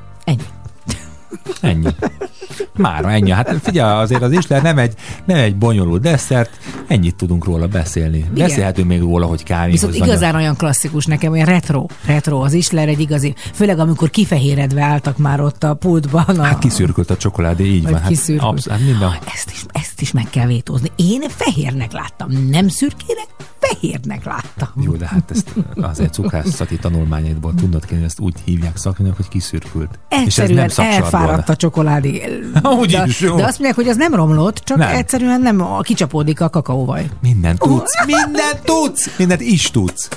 [SPEAKER 2] Ennyi. Mára ennyi. Hát figyelj, azért az isler nem egy bonyolult desszert, ennyit tudunk róla beszélni. Igen. Beszélhetünk még róla, hogy kávéhoz.
[SPEAKER 3] Viszont igazán olyan klasszikus nekem, olyan retro az isler egy igazi, főleg amikor kifehéredve álltak már ott a pultban.
[SPEAKER 2] Hát kiszürkült a csokoládé, így van. Hát minden.
[SPEAKER 3] Ezt is meg kell vétózni. Én fehérnek láttam, nem szürkére, fehérnek láttam.
[SPEAKER 2] Jó, de hát ezt azért cukrászati tanulmányaidból tudnod kell, ezt úgy hívják szakmányok, hogy kiszürkült.
[SPEAKER 3] Egyszerűen elfáradt a csokoládé. De azt mondják, hogy az nem romlott, csak nem. Egyszerűen nem kicsapódik a kakaóvaj.
[SPEAKER 2] Mindent mindent is tudsz.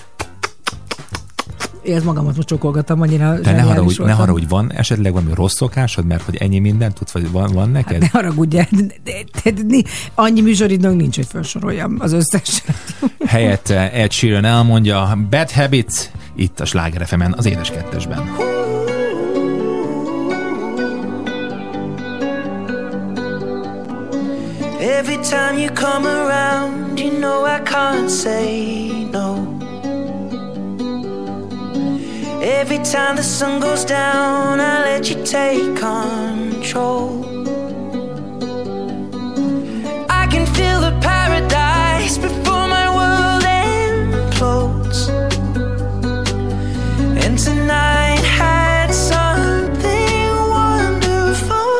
[SPEAKER 3] Én ezt magamat most csokolgattam, annyira
[SPEAKER 2] de ne haragudj, van esetleg valami rossz szokásod, mert hogy ennyi mindent tudsz, vagy van neked? Hát
[SPEAKER 3] ne haragudj, annyi műsoridőnk nincs, hogy felsoroljam az összeset.
[SPEAKER 2] Helyett Ed Sheeran elmondja Bad Habits, itt a Sláger FM-en, az Édes Kettesben.
[SPEAKER 7] Every time you come around, you know I can't say no. Every time the sun goes down, I let you take control. I can feel the paradise before my world implodes. And tonight had something wonderful.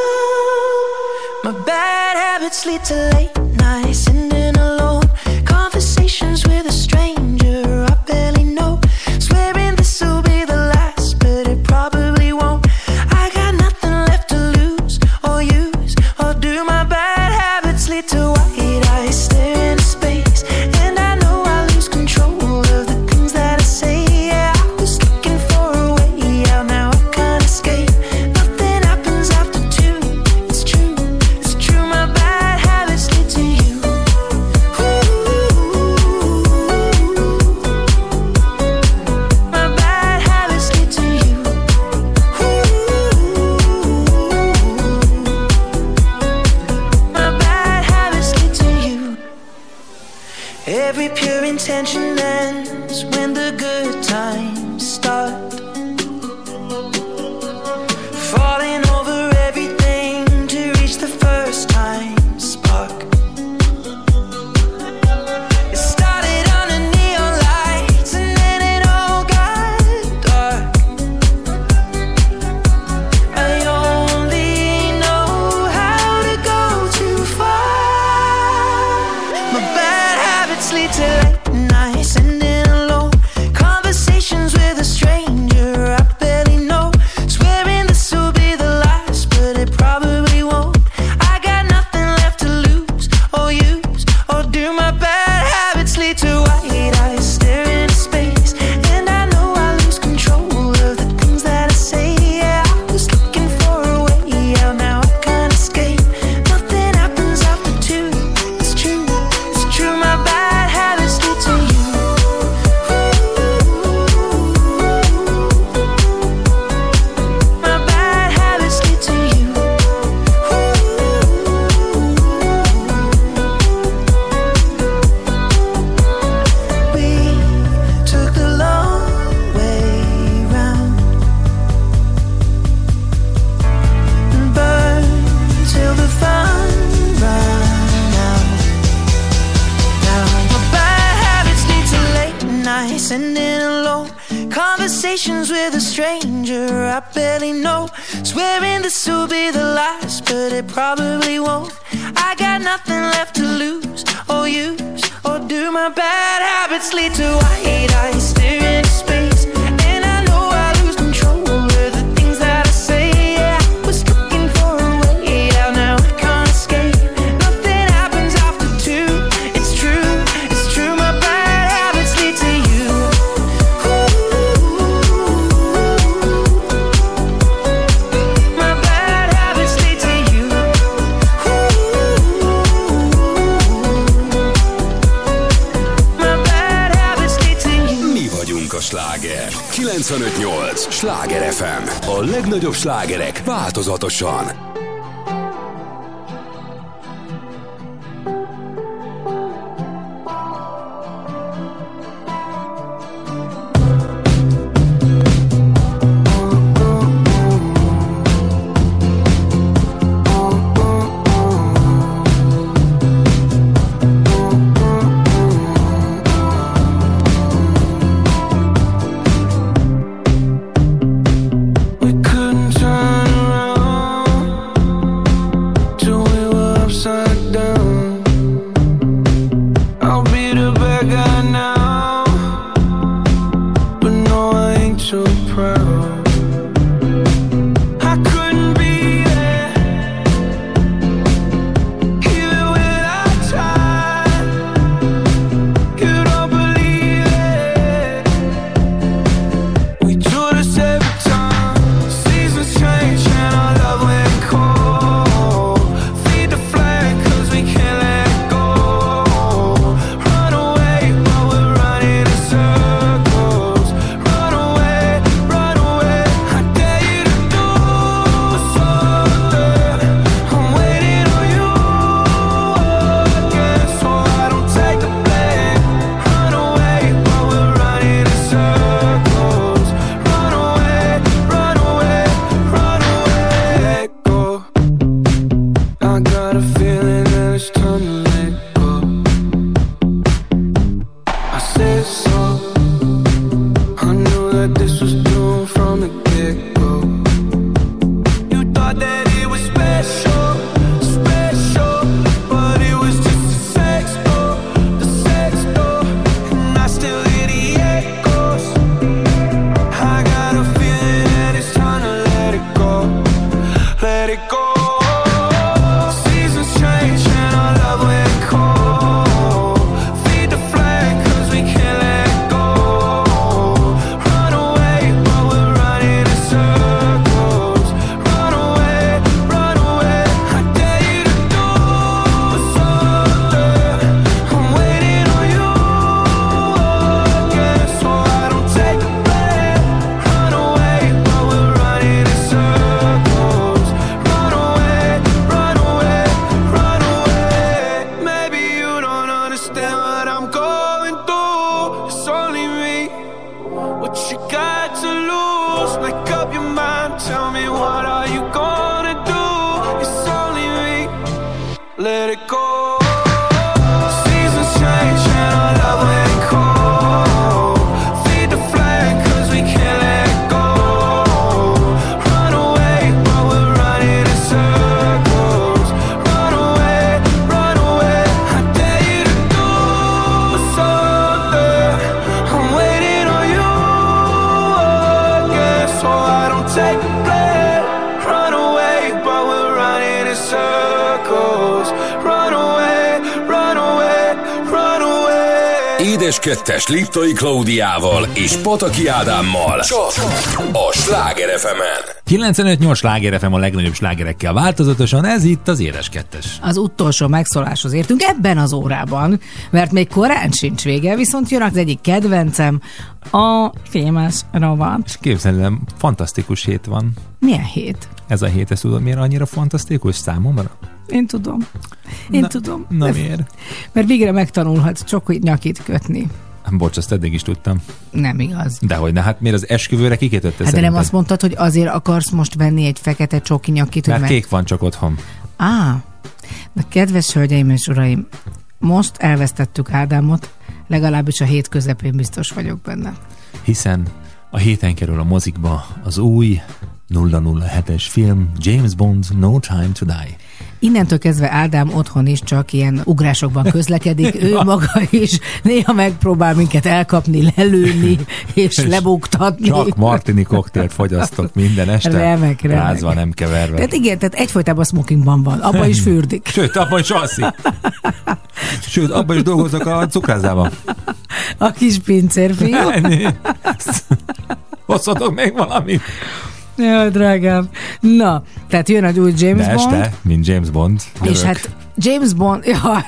[SPEAKER 7] My bad habits lead to late nights, sitting alone, conversations with a stranger I barely know, swearing this will be the last, but it probably won't. I got nothing left to lose or use, or do my bad habits lead to white eyes staring into space, and I know I lose control of the things that I say. Yeah, I was looking for a way out, now I can't escape. Nothing happens after two, it's true, my bad habits lead to conversations with a stranger I barely know, swearing this will be the last, but it probably won't. I got nothing left to lose or use, or do my bad habits lead to white eyes staring into space? And I know I lose control of the things that I say. Yeah, I was looking for a way out, now I can't escape. Nothing happens after two. It's true, my bad habits lead to you. My bad habits lead to you. My bad habits lead to you.
[SPEAKER 1] Mi vagyunk a sláger. 95.8 Sláger FM. A legnagyobb slágerek változatosan.
[SPEAKER 7] We couldn't turn around till we were upside down. I'll be the bad guy now, but no, I ain't too proud. I couldn't be there, even when I tried. You don't believe it. We do this every time. Seasons change and our love went cold. Feed the flag 'cause we can't let it go. Run away while we're running in circles. Run away, run away. I dare you to do something. I'm waiting on you again, so I don't take the blame. Run away while we're running in circles. Run away, run away, run away. Let go. I got a feeling that it's time to let go. I said so. I knew that this was doomed from the get-go. You thought that it was special, special, but it was just a sex door, and I still hear the echoes. I got a feeling that it's time to let it go, let it go. Seasons change and our love went cold. Feed the flag 'cause we can't let it go. Run away while we're running in circles. Run away, run away. I dare you to do something. I'm waiting on you again, so I don't take the blame. Run away while we're running in circles. Run away, run away, run away. Maybe you don't understand what I'm going through. It's only me. What you got to lose? Make up your mind. Tell me, what are you gonna do? It's only me. Let it go. Seasons change and our love went cold. Feed the flag 'cause we can't let it go. Run away while we're running in circles. Run away, run away. I dare you to do something. I'm waiting on you again, so I don't take the blame. Run away while we're running in circles. Run away, run away, run away.
[SPEAKER 1] Édes kettes Liptai Klaudiával és Pataki Ádámmal. Csak a Sláger FM-en.
[SPEAKER 2] 95.8 Sláger FM, a legnagyobb slágerekkel változatosan, ez itt az Édes kettes.
[SPEAKER 3] Az utolsó megszóláshoz értünk ebben az órában, mert még korán sincs vége, viszont jön az egyik kedvencem, a Famous rovat.
[SPEAKER 2] Képzeld, fantasztikus hét van.
[SPEAKER 3] Milyen hét?
[SPEAKER 2] Ez a hét, ezt tudod, miért annyira fantasztikus számomra?
[SPEAKER 3] Én tudom. Én tudom.
[SPEAKER 2] Na miért?
[SPEAKER 3] Mert végre megtanulhatsz csak nyakit kötni.
[SPEAKER 2] Bocs, azt eddig is tudtam.
[SPEAKER 3] Nem igaz.
[SPEAKER 2] Dehogy, hát miért az esküvőre kikötötte
[SPEAKER 3] Hát de nem azt mondtad, hogy azért akarsz most venni egy fekete csoki nyakit?
[SPEAKER 2] Mert kék van csak otthon.
[SPEAKER 3] Na kedves hölgyeim és uraim, most elvesztettük Ádámot, legalábbis a hét közepén biztos vagyok benne.
[SPEAKER 2] Hiszen A héten kerül a mozikba az új 007-es film James Bond No Time to Die.
[SPEAKER 3] Innentől kezdve Ádám otthon is csak ilyen ugrásokban közlekedik, ő maga is néha megpróbál minket elkapni, lelőni és lebuktatni.
[SPEAKER 2] Csak martini koktélt fogyasztok minden este.
[SPEAKER 3] Remek.
[SPEAKER 2] Rázva, nem keverve.
[SPEAKER 3] Tehát igen, tehát egyfolytában smokingban van, abban is fürdik.
[SPEAKER 2] Sőt, abban is alszik. Sőt, abban is dolgozok a cukrázában.
[SPEAKER 3] A kis pincérfiú.
[SPEAKER 2] Hozzatok még valamit.
[SPEAKER 3] Jaj, drágám. Na, tehát jön az új James
[SPEAKER 2] de
[SPEAKER 3] Bond.
[SPEAKER 2] este, mint James Bond. Jövök.
[SPEAKER 3] És hát James Bond,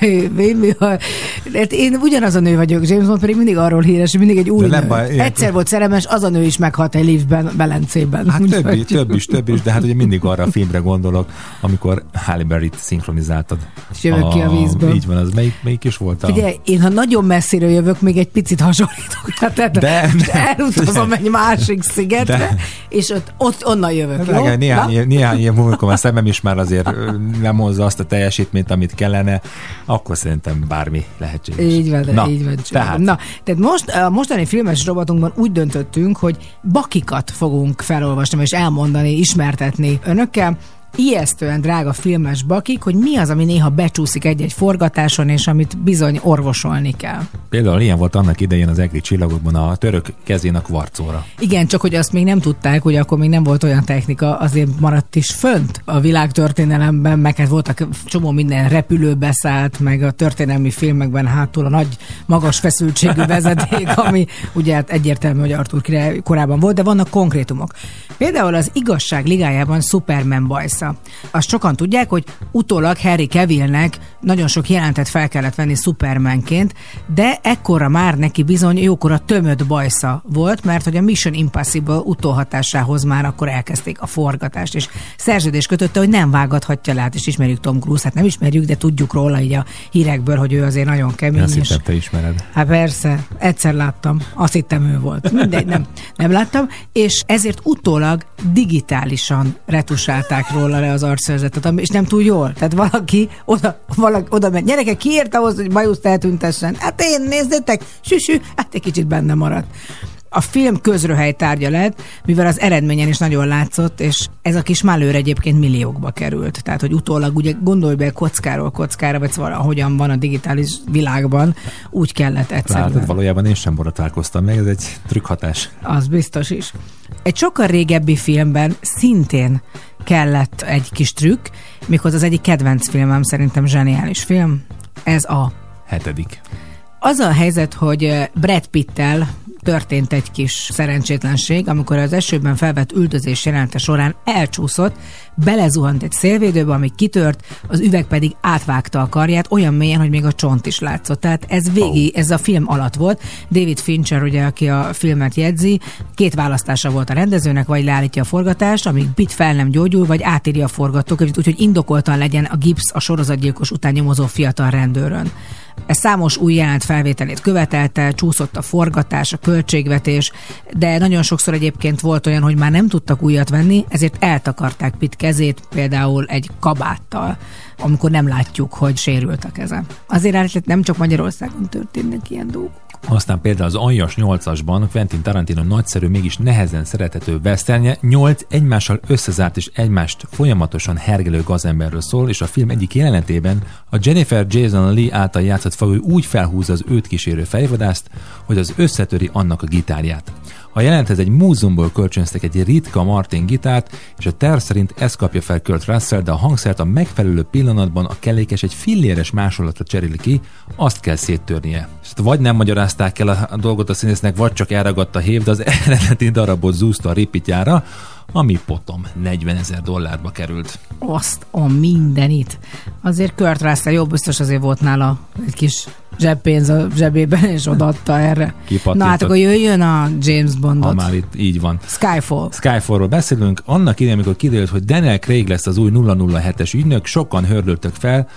[SPEAKER 3] én ugyanaz a nő vagyok, James Bond pedig mindig arról híres, hogy mindig egy új nő. Egyszer volt szerelmes, az a nő is meghalt egy liftben, Velencében.
[SPEAKER 2] Hát több is, de hát ugye mindig arra a filmre gondolok, amikor Halle Berryt szinkronizáltad.
[SPEAKER 3] És jövök ki a vízből.
[SPEAKER 2] Így van, az melyik is volt?
[SPEAKER 3] Figyelj, én ha nagyon messziről jövök, még egy picit hasonlítok. Tehát elutazom egy másik szigetre, és ott onnan jövök, jó?
[SPEAKER 2] Néhány ilyen múlva, a szemem is már azért nem hozza azt a teljesítményt, amit kellene, akkor szerintem bármi lehetséges.
[SPEAKER 3] Így van. Tehát most a mostani filmes robotunkban úgy döntöttünk, hogy bakikat fogunk felolvasni, és elmondani, ismertetni önökkel. Ijesztően drága filmes bakik, hogy mi az, ami néha becsúszik egy-egy forgatáson, és amit bizony orvosolni kell.
[SPEAKER 2] Például ilyen volt annak idején az Egri csillagokban a török kezén a kvarcóra.
[SPEAKER 3] Igen, csak hogy azt még nem tudták, hogy akkor még nem volt olyan technika, azért maradt is fönt a világtörténelemben, meg hát voltak csomó minden repülő beszállt, meg a történelmi filmekben hátul a nagy, magas feszültségű vezeték, ami ugye hát egyértelmű, hogy Arthur király korában volt, de vannak konkrétumok. Például az Igazság ligájában Superman bajsza. Azt sokan tudják, hogy utólag Henry Cavillnek nagyon sok jelentet fel kellett venni Supermanként, de ekkora már neki bizony jókora tömött bajsza volt, mert hogy a Mission Impossible utóhatásához már akkor elkezdték a forgatást, és szerződés kötötte, hogy nem vágathatja le, hát és ismerjük Tom Cruise, hát nem ismerjük, de tudjuk róla így a hírekből, hogy ő azért nagyon kemény.
[SPEAKER 2] Azt hittem, te ismered.
[SPEAKER 3] Hát persze, egyszer láttam, azt hittem ő volt. Mindegy, nem láttam, és ezért utólag digitálisan retusálták róla le az arcszerzetet, és nem túl jól. Tehát valaki oda ment. Gyerekek, ki ért ahhoz, hogy bajuszt eltüntessen? Hát én, nézzétek, süsű, hát egy kicsit benne maradt. A film közröhely tárgya lett, mivel az eredményen is nagyon látszott, és ez a kis malőr egyébként milliókba került. Tehát, hogy utólag ugye gondolj be kockáról kockára, vagy szóval ahogyan van a digitális világban, úgy kellett egyszerűen.
[SPEAKER 2] Hát valójában én sem borotválkoztam meg, ez egy trükkhatás.
[SPEAKER 3] Az biztos is. Egy sokkal régebbi filmben szintén kellett egy kis trükk, méghozzá az egyik kedvenc filmem, szerintem zseniális film, ez a
[SPEAKER 2] 7.
[SPEAKER 3] Az a helyzet, hogy Brad Pittel történt egy kis szerencsétlenség, amikor az esőben felvett üldözés jelenete során elcsúszott, belezuhant egy szélvédőbe, ami kitört, az üveg pedig átvágta a karját olyan mélyen, hogy még a csont is látszott. Tehát ez a film alatt volt. David Fincher, ugye, aki a filmet jegyzi, 2 választása volt a rendezőnek, vagy leállítja a forgatást, amíg Pitt fel nem gyógyul, vagy átírja a forgatókönyvet, úgyhogy indokoltan legyen a gipsz a sorozatgyilkos után nyomozó fiatal rendőrön. Ez számos új jelent felvételét követelte, csúszott a forgatás, a költségvetés, de nagyon sokszor egyébként volt olyan, hogy már nem tudtak újat venni, ezért eltakarták Pitt kezét például egy kabáttal, amikor nem látjuk, hogy sérült a keze. Azért állított, nem csak Magyarországon történnek ilyen dolgok.
[SPEAKER 2] Aztán például az Aljas 8-asban Quentin Tarantino nagyszerű, mégis nehezen szerethető westernje 8 egymással összezárt és egymást folyamatosan hergelő gazemberről szól, és a film egyik jelenetében a Jennifer Jason Leigh által játszott falu úgy felhúzza az őt kísérő fejvadászt, hogy az összetöri annak a gitárját. A jelenthez egy múzeumból kölcsönöztek egy ritka Martin gitárt, és a terv szerint ezt kapja fel Kurt Russell, de a hangszert a megfelelő pillanatban a kellékes egy filléres másolatra cseréli ki, azt kell széttörnie. Vagy nem magyarázták el a dolgot a színésznek, vagy csak elragadt a hév, de az eredeti darabot zúzta a ripitjára, ami potom $40,000 került.
[SPEAKER 3] Azt a mindenit. Azért Kurt Russell jó, biztos azért volt nála egy kis zseppénz a zsebében, és odaadta erre. Na hát akkor jöjjön a James Bondot.
[SPEAKER 2] Ha már itt így van.
[SPEAKER 3] Skyfallról
[SPEAKER 2] beszélünk. Annak idején, amikor kiderült, hogy Daniel Craig lesz az új 007-es ügynök, sokan hördültek fel,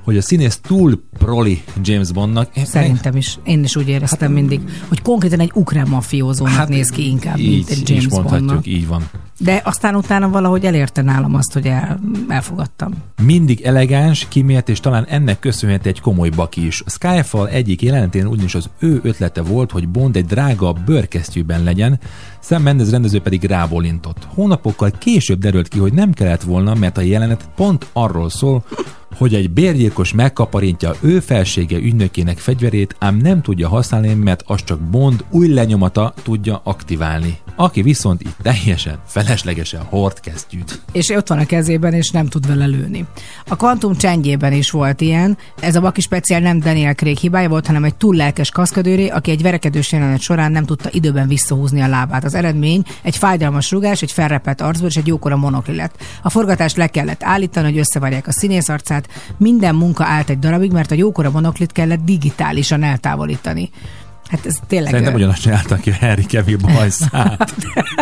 [SPEAKER 2] hogy a színész túl proli James Bondnak.
[SPEAKER 3] Szerintem is. Én is úgy éreztem mindig, hogy konkrétan egy ukrán mafiózónak néz ki inkább, mint egy James Bondnak.
[SPEAKER 2] Így van.
[SPEAKER 3] De aztán utána valahogy elérte nálam azt, hogy elfogadtam.
[SPEAKER 2] Mindig elegáns, kimért, és talán ennek köszönhető egy komoly baki is. A Skyfall egyik jelenetén ugyanis az ő ötlete volt, hogy Bond egy drága bőrkesztyűben legyen, Sam Mendes rendező pedig rábólintott. Hónapokkal később derült ki, hogy nem kellett volna, mert a jelenet pont arról szól, hogy egy bérgyilkos megkaparintja ő felsége ügynökének fegyverét, ám nem tudja használni, mert az csak Bond új lenyomata tudja aktiválni. Aki viszont itt teljesen feleslegesen hord kesztyűt.
[SPEAKER 3] És ott van a kezében, és nem tud vele lőni. A Quantum csendjében is volt ilyen. Ez a baki speciál nem Daniel Craig hibája volt, hanem egy túl lelkes kaszkadőré, aki egy verekedős jelenet során nem tudta időben visszahúzni a lábát. Az eredmény egy fájdalmas rugás, egy felrepett arcból és egy jókora monokli lett. A forgatást le kellett állítani, hogy összevarják a színész arcát. Minden munka állt egy darabig, mert a jókora monoklit kellett digitálisan eltávolítani. Hát ez tényleg...
[SPEAKER 2] Szerintem ugyanazt csináltak ki Henry Cavill bajszát.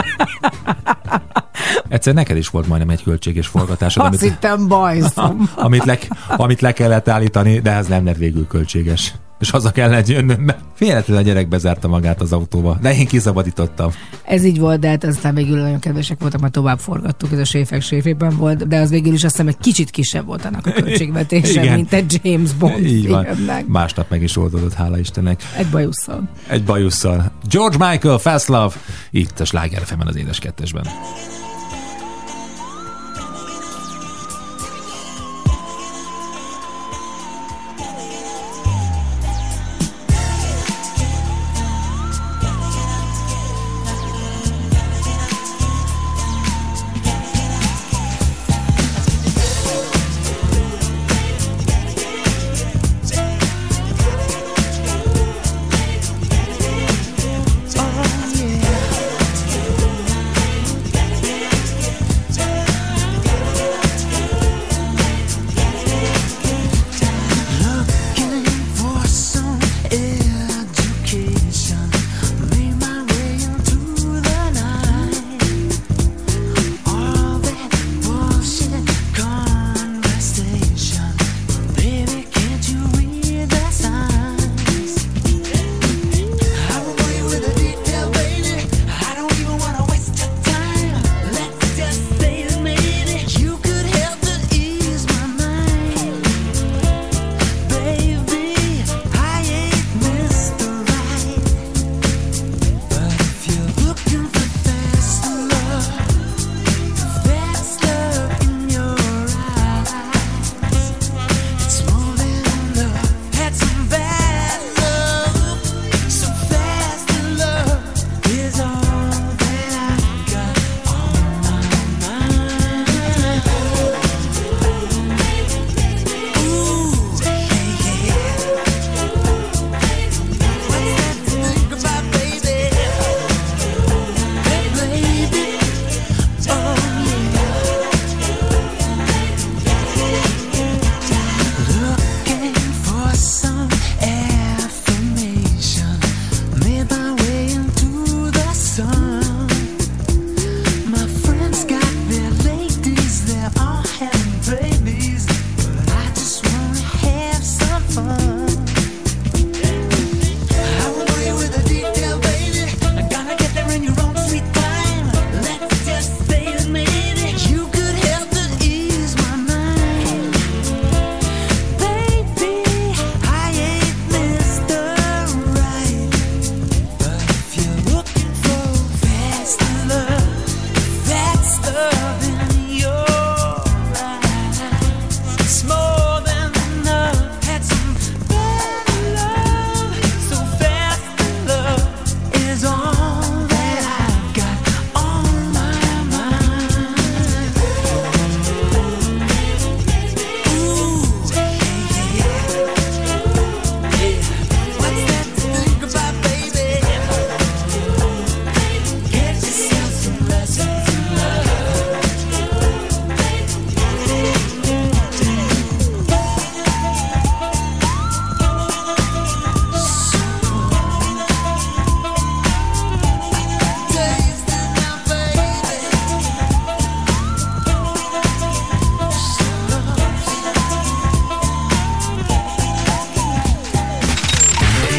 [SPEAKER 2] Egyszer neked is volt majdnem egy költséges forgatásod.
[SPEAKER 3] Azt hittem bajszom.
[SPEAKER 2] amit le kellett állítani, de ez nem lett végül költséges. És haza kellett jönnöm, mert véletlenül a gyerek bezárta magát az autóba. De én kiszabadítottam.
[SPEAKER 3] Ez így volt, de hát aztán végül nagyon kedvesek voltak, mert tovább forgattuk, ez a Séfek séfében volt, de az végül is azt hiszem egy kicsit kisebb volt annak a költségvetése, mint egy James Bond
[SPEAKER 2] így van.
[SPEAKER 3] filmnek.
[SPEAKER 2] Másnap meg is oldódott, hála Istennek.
[SPEAKER 3] Egy bajusszal.
[SPEAKER 2] George Michael, Fast Love, itt a Sláger FM-en az Édes Kettesben.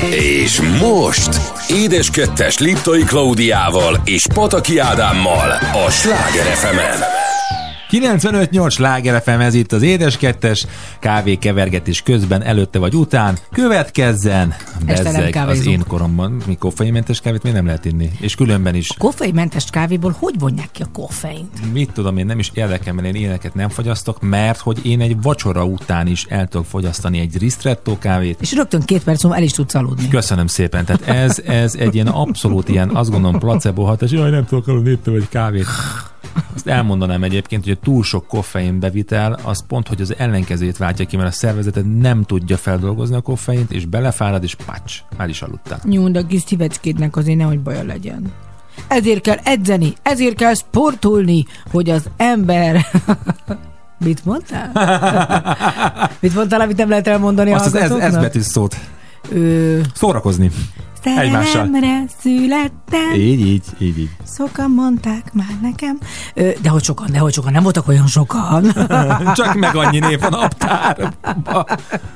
[SPEAKER 1] És most Édes Kettes Liptai Klaudiával és Pataki Ádámmal a Sláger FM-en.
[SPEAKER 2] 95.8 Sláger FM, ez itt az Édes Kettes, kávékevergetés közben, előtte vagy után. Következzen, bezzeg az én koromban. Mi koffeinmentes kávét még nem lehet inni, és különben is.
[SPEAKER 3] A koffeinmentes kávéból hogy vonják ki a koffeint?
[SPEAKER 2] Mit tudom, én nem is érdekel, mert én ilyeneket nem fogyasztok, mert hogy én egy vacsora után is el tudok fogyasztani egy ristretto kávét.
[SPEAKER 3] És rögtön 2 perc múlva el is tudsz aludni.
[SPEAKER 2] Köszönöm szépen. Tehát ez egy ilyen abszolút ilyen, azt gondolom, placebo hatás. Jaj, nem tudok aludni, itt vagy kávét. Azt elmondanám egyébként, hogy a túl sok koffein bevitel az pont, hogy az ellenkezőjét váltja ki, mert a szervezeted nem tudja feldolgozni a koffeint, és belefárad, és pács, már is aludtál.
[SPEAKER 3] Jó, de a kis szívecskédnek azért nehogy baja legyen. Ezért kell edzeni, ezért kell sportolni, hogy az ember... Mit mondtál? Mit mondtál, amit nem lehet elmondani a hallgatóknak?
[SPEAKER 2] Azt az betűs szót. Szórakozni.
[SPEAKER 3] Szerelemre születtem.
[SPEAKER 2] Így.
[SPEAKER 3] Sokan mondták már nekem. De hogy sokan, nem voltak olyan sokan.
[SPEAKER 2] Csak meg annyi név van a naptárban.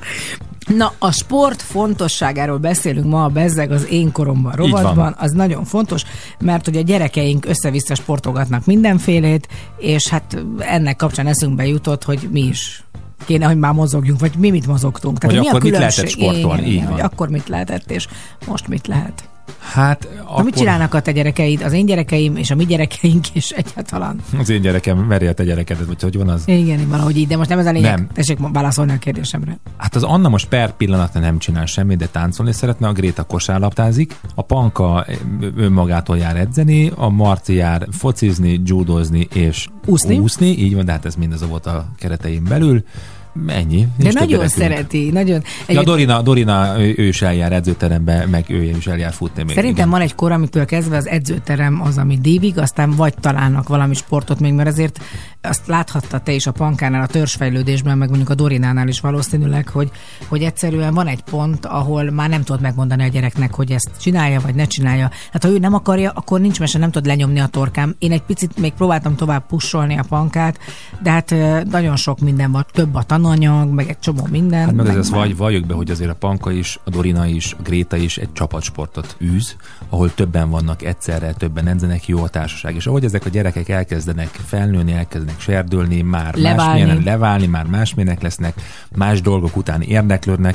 [SPEAKER 3] Na, a sport fontosságáról beszélünk ma a Bezzeg az én koromban rovatban. Az nagyon fontos, mert hogy a gyerekeink össze-vissza sportolgatnak mindenfélét, és hát ennek kapcsán eszünkbe jutott, hogy mi is kéne, hogy már mozogjunk, vagy mi mit mozogtunk. Tehát,
[SPEAKER 2] hogy
[SPEAKER 3] mi
[SPEAKER 2] akkor
[SPEAKER 3] a különbség?
[SPEAKER 2] mit lehetett sportolni?
[SPEAKER 3] Igen, hogy akkor mit lehetett, és most mit lehet.
[SPEAKER 2] Hát, akkor...
[SPEAKER 3] Mit csinálnak a te gyerekeid, az én gyerekeim, és a mi gyerekeink is egyáltalán?
[SPEAKER 2] Az én gyerekem veri a te gyerekedet, vagy hogy van az?
[SPEAKER 3] Igen, valahogy így, de most nem ez a lényeg.
[SPEAKER 2] Nem.
[SPEAKER 3] Tessék válaszolni a kérdésemre.
[SPEAKER 2] Hát az Anna most per pillanatra nem csinál semmit, de táncolni szeretne, a Gréta kosárlabdázik, a Panka önmagától jár edzeni, a Marci jár focizni, judozni és úszni. Így van, de hát ez mindez volt a keretein belül. Ennyi.
[SPEAKER 3] De nagyon szereti. Nagyon.
[SPEAKER 2] Ja, Dorina, ő is eljár edzőterembe, meg ő is eljár futni. Még
[SPEAKER 3] szerintem
[SPEAKER 2] igen.
[SPEAKER 3] Van egy kor, amitől kezdve az edzőterem az, ami dívig, aztán vagy találnak valami sportot még, mert azért azt láthatta te is a Pankánál, a törzsfejlődésben, meg mondjuk a Dorinánál is valószínűleg, hogy egyszerűen van egy pont, ahol már nem tudod megmondani a gyereknek, hogy ezt csinálja, vagy ne csinálja. Hát ha ő nem akarja, akkor nincs mese, nem tud lenyomni a torkám. Én egy picit még próbáltam tovább pusolni a Pankát, de hát nagyon sok minden van, több a tananyag, meg egy csomó minden.
[SPEAKER 2] Hát meg ez valljuk be, hogy azért a Panka is, a Dorina is, a Gréta is egy csapatsportot űz, ahol többen vannak egyszerre, többen edzenek, jó a társaság. És ahogy ezek a gyerekek elkezdenek felnőni, elkezdenek serdülni, már másmilyen leválni, már másmilyenek lesznek, más dolgok után érdeklődnek,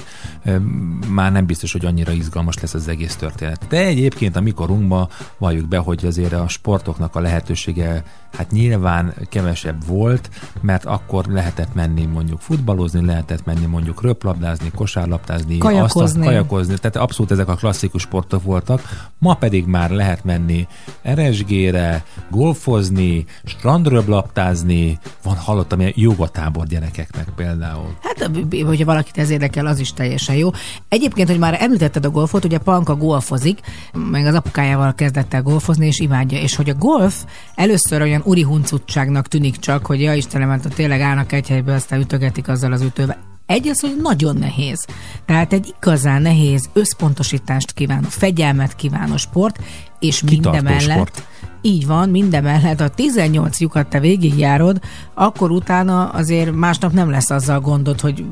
[SPEAKER 2] már nem biztos, hogy annyira izgalmas lesz az egész történet. De egyébként a mi korunkban valljuk be, hogy azért a sportoknak a lehetősége hát nyilván kevesebb volt, mert lehetett menni mondjuk futballozni, lehetett menni mondjuk röplabdázni, kosárlabdázni, kajakozni, tehát abszolút ezek a klasszikus sportok voltak. Ma pedig már lehet menni RSG-re, golfozni, strandröplabdázni, hallottam ilyen jogatábor gyerekeknek például.
[SPEAKER 3] Hát, hogyha valakit ez érdekel, az is teljesen jó. Egyébként, hogy már említetted a golfot, ugye Panka golfozik, meg az apukájával kezdett el golfozni, és imádja. És hogy a golf először olyan uri huncutságnak tűnik csak, hogy ja Istenem, hát tényleg állnak egy helybe, aztán ütögetik azzal az ütővel. Egy az, hogy nagyon nehéz. Tehát egy igazán nehéz összpontosítást kívánó, fegyelmet kívánó sport, és mindemellett, így van, mindemellett, ha 18 lyukat te végigjárod, akkor utána azért másnap nem lesz azzal gondod, hogy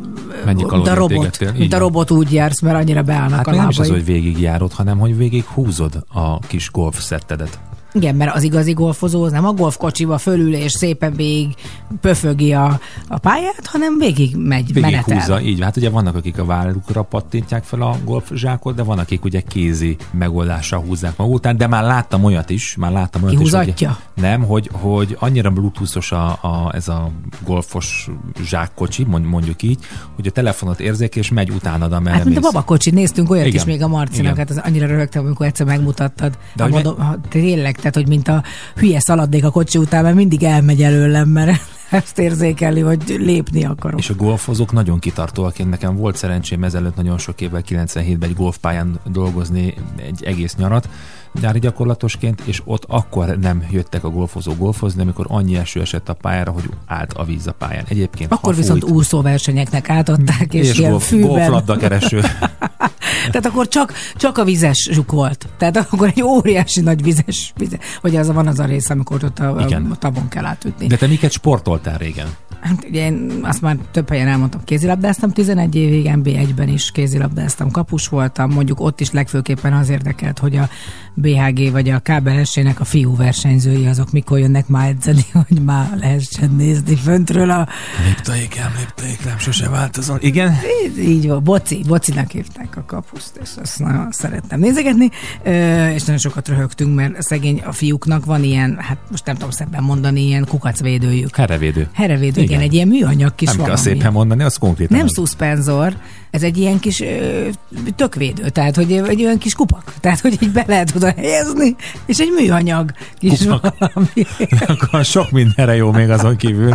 [SPEAKER 3] a robot úgy jársz, mert annyira beállnak
[SPEAKER 2] hát
[SPEAKER 3] a lábai.
[SPEAKER 2] Nem is az, hogy végigjárod, hanem hogy végig húzod a kis golfszettedet.
[SPEAKER 3] Igen, mert az igazi golfozó az nem a golfkocsiba fölül és szépen végig pöfögi a pályát, hanem végig megy, menetel.
[SPEAKER 2] Húzza, így. Hát ugye vannak, akik a vállukra pattintják fel a golfzsákot, de van, akik ugye kézi megoldással húzzák maguk után, de már láttam olyat is,
[SPEAKER 3] Kihúzatja?
[SPEAKER 2] Nem, hogy annyira bluetoothos ez a golfos zsákkocsi, mondjuk így, hogy a telefonot érzékel és megy utánad, amerre
[SPEAKER 3] hát, mint a babakocsit, néztünk olyat
[SPEAKER 2] igen.
[SPEAKER 3] is még a Marcinak, hát az annyira röhögtem, amikor egyszer megmutattad. Tényleg, tehát, hogy mint a hülye szaladnék a kocsi után, mert mindig elmegy előlem, mert ezt érzékelni, hogy lépni akarok.
[SPEAKER 2] És a golfozók nagyon kitartóak. Én nekem volt szerencsém ezelőtt nagyon sok évvel, 97-ben egy golfpályán dolgozni egy egész nyarat, nyári gyakorlatosként, és ott akkor nem jöttek a golfozók golfozni, amikor annyi eső esett a pályára, hogy állt a víz a pályán. Egyébként
[SPEAKER 3] akkor viszont úszóversenyeknek átadták, és ilyen fűben.
[SPEAKER 2] Golflabdakereső.
[SPEAKER 3] Tehát akkor csak a vizes zsuk volt. Tehát akkor egy óriási nagy vizes, vagy van az a rész, amikor ott a tavon kell átütni.
[SPEAKER 2] De te miket sportoltál régen?
[SPEAKER 3] Hát ugye én azt már több helyen elmondtam, kézilabdáztam 11 évig, NB1-ben is kézilabdáztam, kapus voltam, mondjuk ott is legfőképpen az érdekelt, hogy a BHG vagy a KBS-ének a fiú versenyzői azok mikor jönnek már edzeni, hogy már lehessen nézni föntről a...
[SPEAKER 2] Lépteikám, sose változol. Igen?
[SPEAKER 3] Így van, Bocinak hívták a kapuszt, és azt nagyon szerettem nézegetni, és nagyon sokat röhögtünk, mert szegény a fiúknak van ilyen, hát most nem tudom szebben mondani, ilyen kukacvédőjük. Herevédő, igen, egy ilyen műanyag kis
[SPEAKER 2] valami.
[SPEAKER 3] Nem kell
[SPEAKER 2] szépen mondani, az konkrétan.
[SPEAKER 3] Nem szuszpenzor, ez egy ilyen kis tökvédő, tehát hogy egy olyan kis kupak, tehát hogy így be lehet oda helyezni, és egy műanyag kis
[SPEAKER 2] kupak.
[SPEAKER 3] Valami.
[SPEAKER 2] Akkor sok mindenre jó még azon kívül.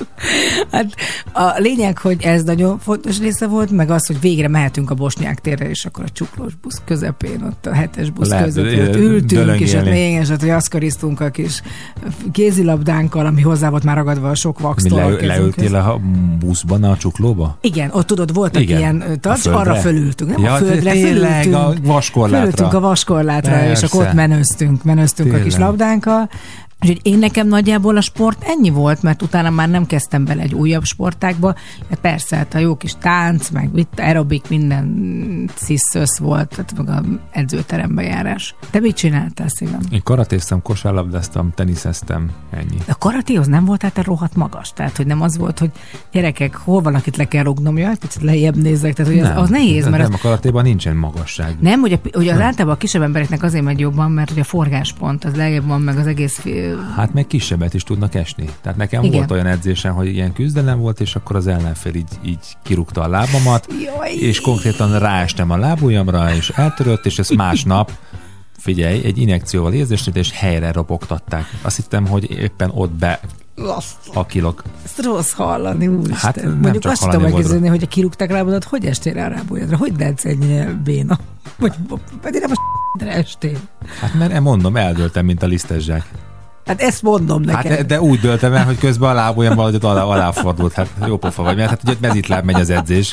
[SPEAKER 3] Hát a lényeg, hogy ez nagyon fontos része volt, meg az, hogy végre mehetünk a Bosnyák térre, és akkor a csuklós busz közepén, ott a 7-es busz között ott ültünk, és ott még hogy aszkariztunk a kis kézilabdánkkal, ami hozzá volt már ragadva a sok vaxtól.
[SPEAKER 2] Leültél a buszban a csuklóba?
[SPEAKER 3] Igen, ott tudod, voltak ilyen tarts, arra fölültünk, nem
[SPEAKER 2] ja,
[SPEAKER 3] a földre,
[SPEAKER 2] fölültünk. A vaskorlátra.
[SPEAKER 3] Fölültünk a vaskorlátra, és akkor ott menőztünk a kis labdánkkal. Úgyhogy én nekem nagyjából a sport ennyi volt, mert utána már nem kezdtem bele egy újabb sportákba. Hát persze, hát a jó kis tánc, meg aerobik, minden ciszösz volt, tehát meg az edzőterembe járás. Te mit csináltál, szívem?
[SPEAKER 2] Én karatéztem, kosárlabdáztam, teniszeztem, ennyi.
[SPEAKER 3] A karatéhoz nem voltál te rohadt magas? Tehát, hogy nem az volt, hogy gyerekek, hol van, akit le kell rúgnom, jaj, picit lejjebb nézzek, tehát hogy az nehéz, mert
[SPEAKER 2] nem, a karatéban nincsen magasság.
[SPEAKER 3] Nem, hogy az általában a kisebb embereknek azért megy jobban, mert ugye a forgáspont az lejjebb van, meg az egész
[SPEAKER 2] hát meg kisebbet is tudnak esni. Tehát nekem volt olyan edzésem, hogy ilyen küzdelem volt, és akkor az ellenfél így kirúgta a lábamat, és konkrétan ráestem a lábujjamra, és eltörött, és ezt másnap, figyelj, egy injekcióval érzését, és helyre ropogtatták. Azt hittem, hogy éppen ott akilok.
[SPEAKER 3] Ez rossz hallani, úristen.
[SPEAKER 2] Hát
[SPEAKER 3] mondjuk azt tudom megkérdezni, hogy a kirúgták lábadat, hogy estél rá lábujjadra? Hogy lehetsz ennyire béna? Vagy pedig nem a estél?
[SPEAKER 2] Hát mert mondom, eldőltem, mint a liszteszsák.
[SPEAKER 3] Hát ezt mondom neked.
[SPEAKER 2] Hát, de úgy döltem el, hogy közben a lábujjam valahogy aláfordult. Hát jó pofa vagy, mert hát ugye mezitláb megy az edzés.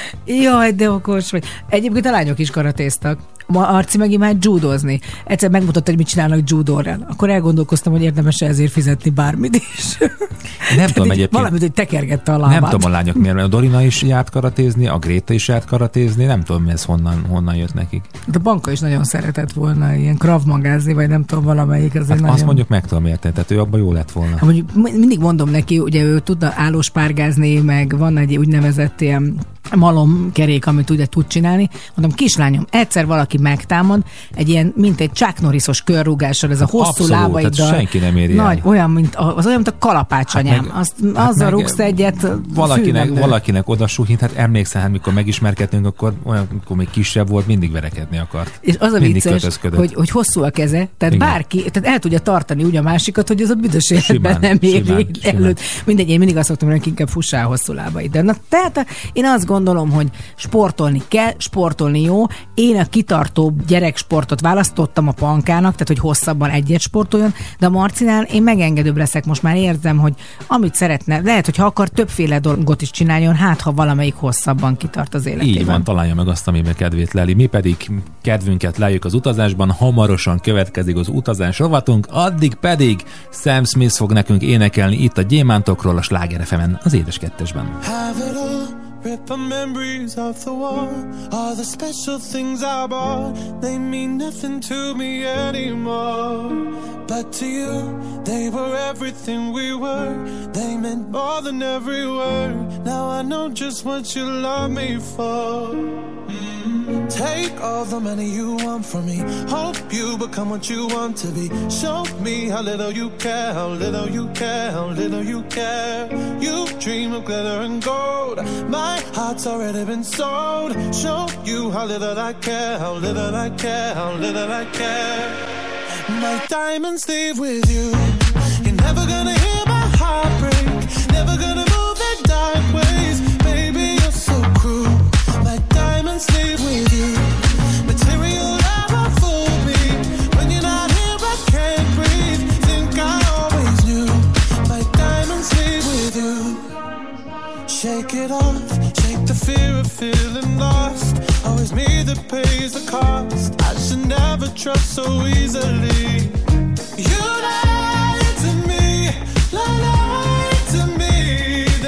[SPEAKER 3] Jaj, de okos vagy. Egyébként a lányok is karatéztak. Arci meg imád judozni. Egyszer megmutatta, hogy mit csinálnak judóral. Akkor elgondolkoztam, hogy érdemes ezért fizetni bármit is.
[SPEAKER 2] Nem tudom egyébként.
[SPEAKER 3] Valamit, hogy tekergette a lábát.
[SPEAKER 2] Nem tudom a lányok miért, mert a Dorina is járt karatézni, a Gréta is járt karatézni, nem tudom, ez honnan jött nekik.
[SPEAKER 3] De a Banka is nagyon szeretett volna ilyen kravmagázni, vagy nem tudom, valamelyik.
[SPEAKER 2] Hát
[SPEAKER 3] nagyon...
[SPEAKER 2] azt mondjuk meg tudom érteni, tehát ő abban jó lett volna.
[SPEAKER 3] Hát mondjuk, mindig mondom neki, ugye ő tudna állóspárgázni, meg van egy úgynevezett ilyen malomkerék, amit ugye tud csinálni. Mondom, kislányom, egyszer valaki megtámad, egy ilyen, mint egy Chuck Norrisos körrúgással, ez a hosszú
[SPEAKER 2] abszolút,
[SPEAKER 3] lábaiddal.
[SPEAKER 2] Senki nem éri
[SPEAKER 3] nagy, olyan, mint a kalapácsanyám. Azzal rúgsz egyet
[SPEAKER 2] valakinek oda suhint, hát emlékszel, hát mikor megismerkedtünk, akkor olyan, amikor még kisebb volt, mindig verekedni akart.
[SPEAKER 3] És az a vicces, hogy hosszú a keze, tehát igen. Bárki, tehát el tudja tartani úgy a másikat, hogy az a büdös életben nem éri előtt. Mindegy, én mindig azt szoktam, hogy inkább fussál hosszú lábaid. Na, tehát én azt gondolom, hogy sportolni kell, sportolni jó. Én a kitartóbb gyereksportot választottam a Pankának, tehát hogy hosszabban egyet sportoljon, de a Marcinál én megengedőbb leszek, most már érzem, hogy amit szeretne, lehet, hogy ha akar többféle dolgot is csináljon, hát ha valamelyik hosszabban kitart az életében.
[SPEAKER 2] Így van, találja meg azt, amiben kedvét leli. Mi pedig kedvünket lejjük az utazásban, hamarosan következik az utazás rovatunk, addig pedig Sam Smith fog nekünk énekelni itt a Gyémántokról a Sláger FM-en, az Édes Kettesben.
[SPEAKER 8] Rip the memories of the war. All the special things I bought, they mean nothing to me anymore. But to you, they were everything we were. They meant more than every word. Now I know just what you love me for. Take all the money you want from me. Hope you become what you want to be. Show me how little you care, how little you care, how little you care. You dream of glitter and gold. My heart's already been sold. Show you how little I care, how little I care, how little I care. My diamonds leave with you. You're never gonna hear my heart break. Never gonna move in dark ways. Baby, you're so cruel. My diamonds leave with you. Material never fooled me. When you're not here, I can't breathe. Think I always knew. My diamonds leave with you. Shake it off. Shake the fear of feeling lost. Always me that pays the cost. I should never trust so easily. You lied to me. Lied to me.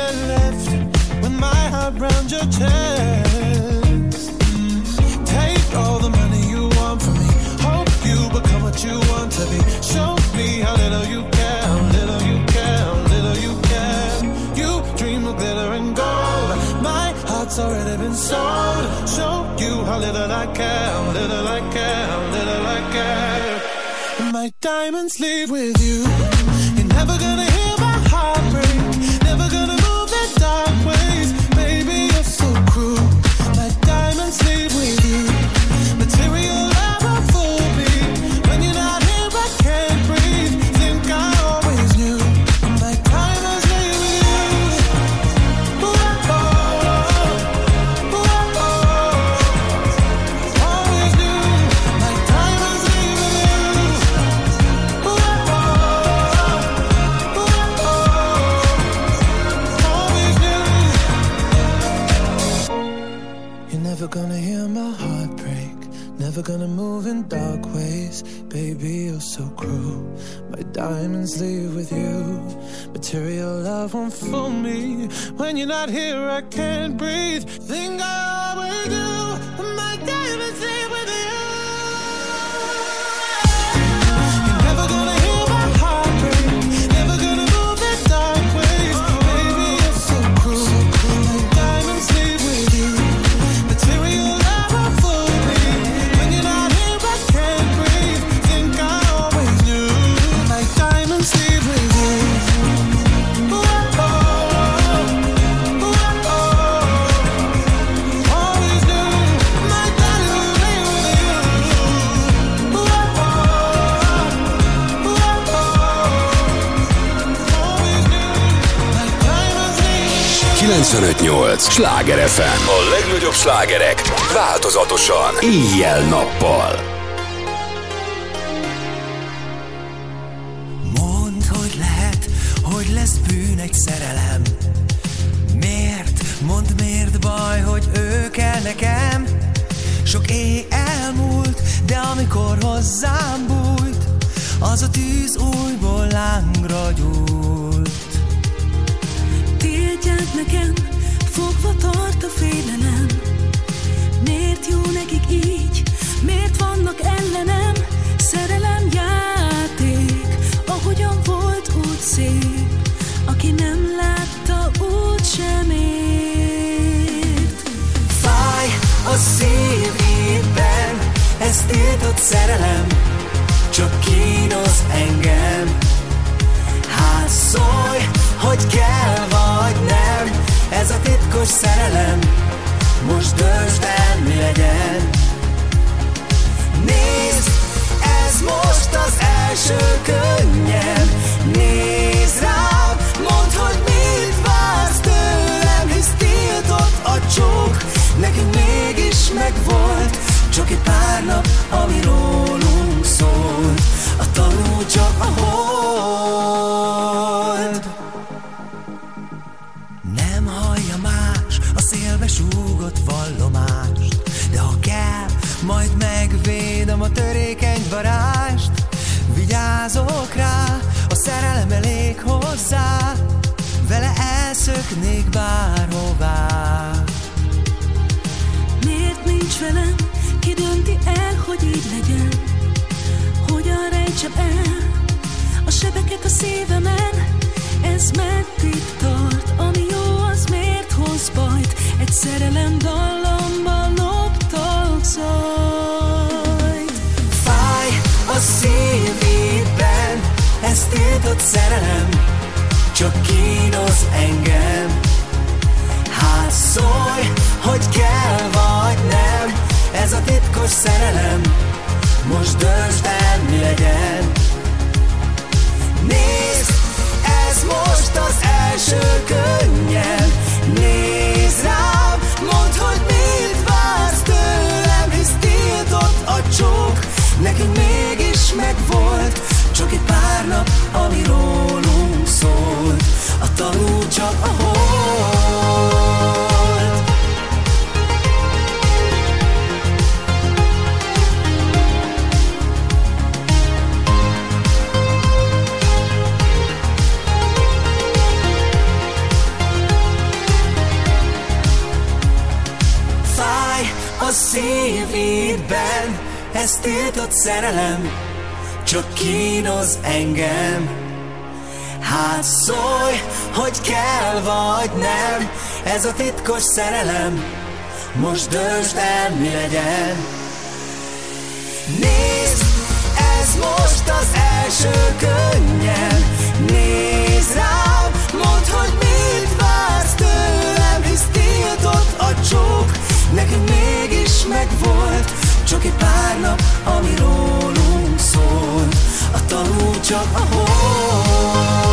[SPEAKER 8] a chance. Take all the money you want from me. Hope you become what you want to be. Show me how little you care, how little you care, how little you care. You dream of glitter and gold. My heart's already been sold. Show you how little I care, how little I care, how little I care. My diamonds leave with you. You're never gonna hear my heart break. Never gonna move the dark ways. Baby, you're so cruel. My diamonds leave with you. Material love will fool me. When you're not here, I can't breathe. Think I always knew. My diamonds leave with you. Ooh, oh, oh, ooh, oh, always knew. My diamonds leave with you. Never gonna hear my heart break. Never gonna move in dark ways. Baby, you're so cruel. My diamonds leave with you. Material love won't fool me. When you're not here, I can't breathe. Think I always do. My diamonds leave with you. You're never gonna hear my heart break. Never gonna move in dark ways. Baby, you're so cruel. My diamonds leave with you. Material love will fool me. When you're not here, I can't breathe. Think I always knew. My diamonds leave with you. Ooh, oh, ooh, oh, always knew. My diamonds leave with you. Ooh, oh, ooh, oh, always knew. My diamonds leave.
[SPEAKER 1] 95.8 Sláger FM. A legnagyobb slágerek változatosan, éjjel-nappal.
[SPEAKER 7] Mondd, hogy lehet, hogy lesz bűn egy szerelem. Miért? Mondd, miért baj, hogy ő kell nekem. Sok éj elmúlt, de amikor hozzám bújt, az a tűz újból lángra gyújt.
[SPEAKER 9] Tiltják nekem, fogva tart a félelem. Miért jó nekik így? Miért vannak ellenem? Szerelem játék, ahogyan volt úgy szép. Aki nem látta, úgy sem ért.
[SPEAKER 7] Fáj a szívében, ez tiltott szerelem. Csak kínoz engem. Hát szólj, hogy kell vagy nem. Ez a titkos szerelem. Most döntsd el, mi legyen. Nézd, ez most az első könnyem. Nézd rám, mondd, hogy mit vársz tőlem. Hisz tiltott a csók, nekünk mégis megvolt. Csak egy pár nap, ami rólunk szólt. A tanú csak a hold. Nem hallja más a szélbe súgott vallomást, de ha kell, majd megvédem a törékeny varást. Vigyázok rá, a szerelem elég hozzá, vele elszöknék bárhová.
[SPEAKER 9] Miért nincs velem? Ki dönti el, hogy így legyen? Hogyan rejtsem el a sebeket a szívemen? Ez meddig tart? Ami jó, az miért hoz bajt? Egy szerelem dallamban loptak zajt.
[SPEAKER 7] Fáj a szívében, ez tiltott szerelem. Csak kínoz engem. Hát szólj, hogy kell vagy nem. Ez a titkos szerelem. Most döntsd el, mi legyen. Nézd, ez most az első könnyem. Nézd rám, mondd, hogy mit vársz tőlem. Hisz tiltott a csók, nekünk mégis megvolt. Csak egy pár nap, ami rólunk szólt. A tanú csak a hold. szívidben, ez tiltott szerelem, csak kínoz engem. Hát szólj, hogy kell vagy nem, ez a titkos szerelem, most döntsd el, mi legyen. Nézd, ez most az első könnyed, nézd rám, mondd, hogy mit vársz tőlem, hisz tiltott a csók, nekünk mégis megvolt, csak egy pár nap, ami rólunk szólt, a tanú csak a hold.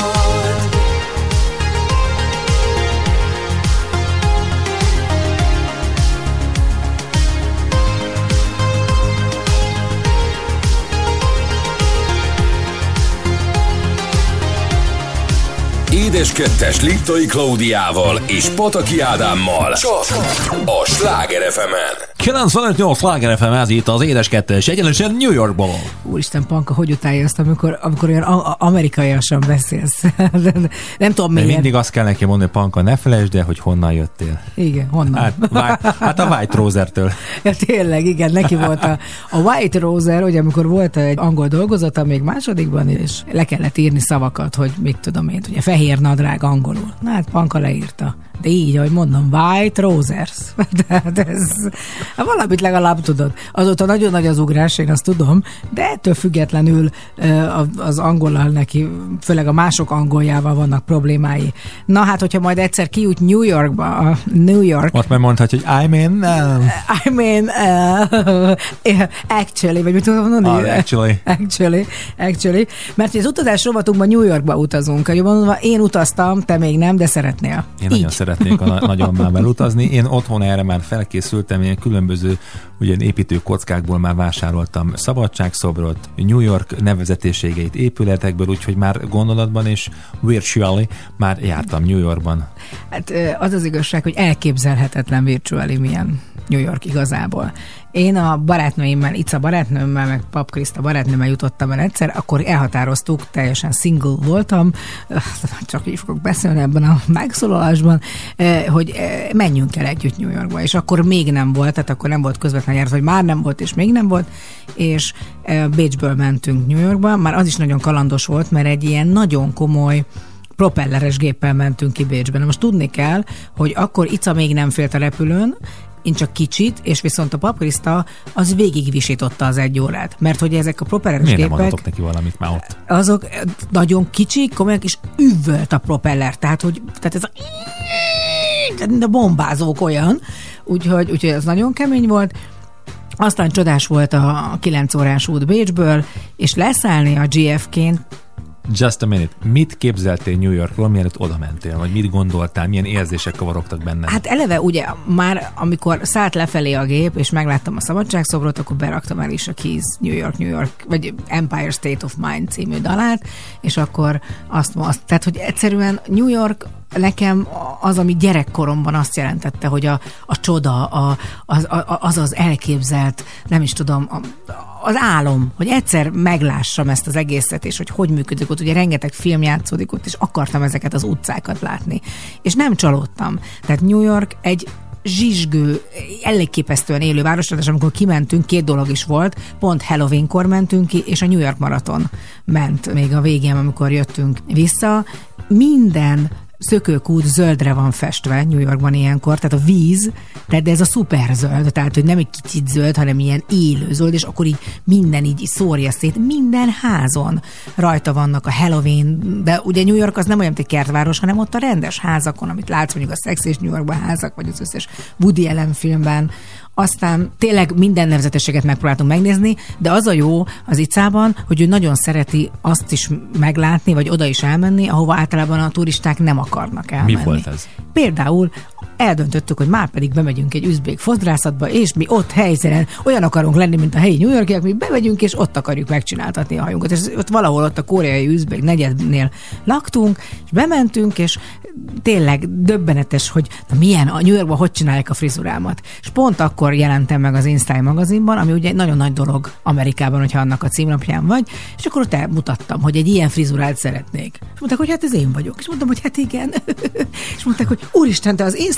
[SPEAKER 1] Édes Kettes Liptai Klaudiával és Pataki Ádámmal csak a Sláger FM-en.
[SPEAKER 10] 95-8 Sláger FM, ez itt az Édes Kettes, egyenlősen New Yorkból.
[SPEAKER 3] Úristen, Panka, hogy utálja azt, amikor olyan amerikaiasan beszélsz? Nem tudom miért.
[SPEAKER 2] Mindig azt kell neki mondani, Panka, ne felejtsd el, hogy honnan jöttél.
[SPEAKER 3] Igen, honnan?
[SPEAKER 2] Hát a White Rose-től.
[SPEAKER 3] Ja, tényleg, igen, neki volt a White Rose, hogy amikor volt egy angol dolgozata még másodikban, és le kellett írni szavakat, hogy mit tudom én, ugye fehér nadrág angolul. Na hát Panka leírta. De így, ahogy mondom, White Rosers. De ez valamit legalább tudod. Azóta nagyon nagy az ugrás, én azt tudom, de ettől függetlenül az angollal neki, főleg a mások angoljával vannak problémái. Na hát, hogyha majd egyszer kijut New Yorkba, a New York...
[SPEAKER 2] Ott megmondhatja, hogy I mean,
[SPEAKER 3] actually, vagy mit tudom mondani?
[SPEAKER 2] Actually.
[SPEAKER 3] Mert az utazás rovatunkban New Yorkba utazunk. Mondva, én utaztam, te még nem, de szeretnél.
[SPEAKER 2] Én nagyon szeretnék a nagyommával utazni. Én otthon erre már felkészültem, ilyen különböző ugye építő kockákból már vásároltam szabadságszobrot, New York nevezetességeit épületekből, úgyhogy már gondolatban és virtually már jártam New Yorkban.
[SPEAKER 3] Hát az az igazság, hogy elképzelhetetlen virtually milyen New York igazából. Én a barátnőimmel, Ica barátnőmmel, meg Pap Kriszta barátnőmmel jutottam el egyszer, akkor elhatároztuk, teljesen single voltam, csak így fogok beszélni ebben a megszólalásban, hogy menjünk el együtt New Yorkba, és akkor még nem volt, tehát akkor nem volt közvetlen járat, vagy már nem volt, és még nem volt, és Bécsből mentünk New Yorkba, már az is nagyon kalandos volt, mert egy ilyen nagyon komoly propelleres géppel mentünk ki Bécsben. Most tudni kell, hogy akkor Ica még nem félt a repülőn, én csak kicsit, és viszont a Pap Kriszta az végigvisította az 1 órát. Mert hogy ezek a propelleres
[SPEAKER 2] gépek...
[SPEAKER 3] Miért
[SPEAKER 2] nem adok neki valamit már ott?
[SPEAKER 3] Azok nagyon kicsik, komolyak, és üvölt a propeller. Tehát ez a bombázók olyan. Úgyhogy ez nagyon kemény volt. Aztán csodás volt a 9 órás út Bécsből, és leszállni a JFK-n.
[SPEAKER 2] Just a minute. Mit képzeltél New Yorkról, mielőtt oda mentél? Vagy mit gondoltál? Milyen érzések kavarogtak benned?
[SPEAKER 3] Hát eleve ugye már amikor szállt lefelé a gép, és megláttam a szabadságszobrot, akkor beraktam el is a Keys New York, vagy Empire State of Mind című dalát, és akkor azt tehát, hogy egyszerűen New York nekem az, ami gyerekkoromban azt jelentette, hogy a csoda, az elképzelt, nem is tudom, az álom, hogy egyszer meglássam ezt az egészet, és hogy működik ott. Ugye rengeteg film játszódik ott, és akartam ezeket az utcákat látni. És nem csalódtam. Tehát New York egy zsizsgő, elégképesztően élő város, és amikor kimentünk, 2 dolog is volt, pont Halloweenkor mentünk ki, és a New York maraton ment még a végén, amikor jöttünk vissza. Minden szökőkút zöldre van festve New Yorkban ilyenkor, tehát a víz, de ez a szuper zöld, tehát hogy nem egy kicsit zöld, hanem ilyen élő zöld, és akkor így minden így szórja szét, minden házon rajta vannak a Halloween, de ugye New York az nem olyan, mint egy kertváros, hanem ott a rendes házakon, amit látsz mondjuk a Sex és New Yorkban házak, vagy az összes Woody Allen filmben. Aztán tényleg minden nevezetességet megpróbáltunk megnézni, de az a jó az Icában, hogy ő nagyon szereti azt is meglátni, vagy oda is elmenni, ahova általában a turisták nem akarnak elmenni.
[SPEAKER 2] Mi volt ez?
[SPEAKER 3] Például eldöntöttük, hogy már pedig bemegyünk egy üzbék fodrászatba, és mi ott helyszínen olyan akarunk lenni, mint a helyi New Yorkiak, mi bemegyünk, és ott akarjuk megcsináltatni a hajunkat. És ott valahol ott a koreai üzbék negyednél laktunk, és bementünk, és tényleg döbbenetes, hogy na milyen a New Yorkban hogy csinálják a frizurámat. És pont akkor jelentem meg az InStyle magazinban, ami ugye egy nagyon nagy dolog Amerikában, hogyha annak a címlapján vagy, és akkor ott elmutattam, hogy egy ilyen frizurát szeretnék. És mondták, hogy hát ez én vagyok. És mondtam, hogy hát igen. És mondták, hogy úristen, te az InStyle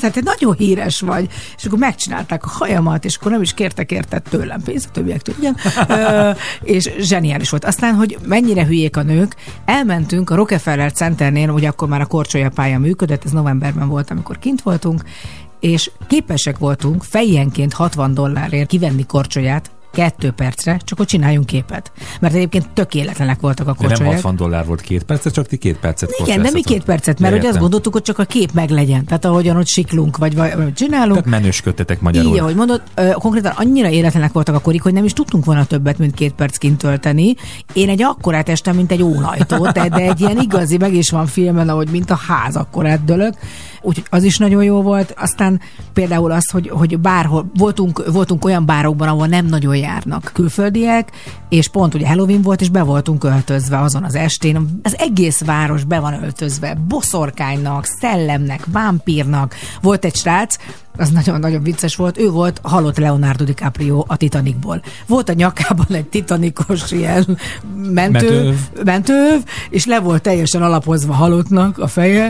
[SPEAKER 3] hát te nagyon híres vagy. És akkor megcsinálták a hajamat, és akkor nem is kértek érted tőlem pénzt, a többiektől, igen. És zseniális volt. Aztán, hogy mennyire hülyék a nők, elmentünk a Rockefeller Centernél, ugye akkor már a korcsolyapálya működött, ez novemberben volt, amikor kint voltunk, és képesek voltunk fejenként $60 kivenni korcsolyát 2 percre, csak hogy csináljunk képet. Mert egyébként tökéletlenek voltak a korcsolyák.
[SPEAKER 2] Nem $60 volt 2 percet, csak ti 2 percet
[SPEAKER 3] igen, de mi 2 percet, mert hogy azt gondoltuk, hogy csak a kép meglegyen. Tehát ahogyan ott siklunk, vagy csinálunk.
[SPEAKER 2] Tehát menősködtetek magyarul.
[SPEAKER 3] Így, ahogy mondod, konkrétan annyira életlenek voltak a korik, hogy nem is tudtunk volna többet, mint 2 perc kint tölteni. Én egy akkorát estem, mint egy ónajtó, de egy ilyen igazi, meg is van filmen, ahogy mint a ház akkorát dőlök. Úgyhogy az is nagyon jó volt. Aztán például az, hogy bárhol voltunk olyan bárokban, ahol nem nagyon járnak külföldiek, és pont ugye Halloween volt, és be voltunk öltözve azon az estén. Az egész város be van öltözve, boszorkánynak, szellemnek, vámpírnak. Volt egy srác, az nagyon-nagyon vicces volt, ő volt halott DiCaprio a Titanicból. Volt a nyakában egy titanikos ilyen mentőv, és le volt teljesen alapozva halottnak a feje,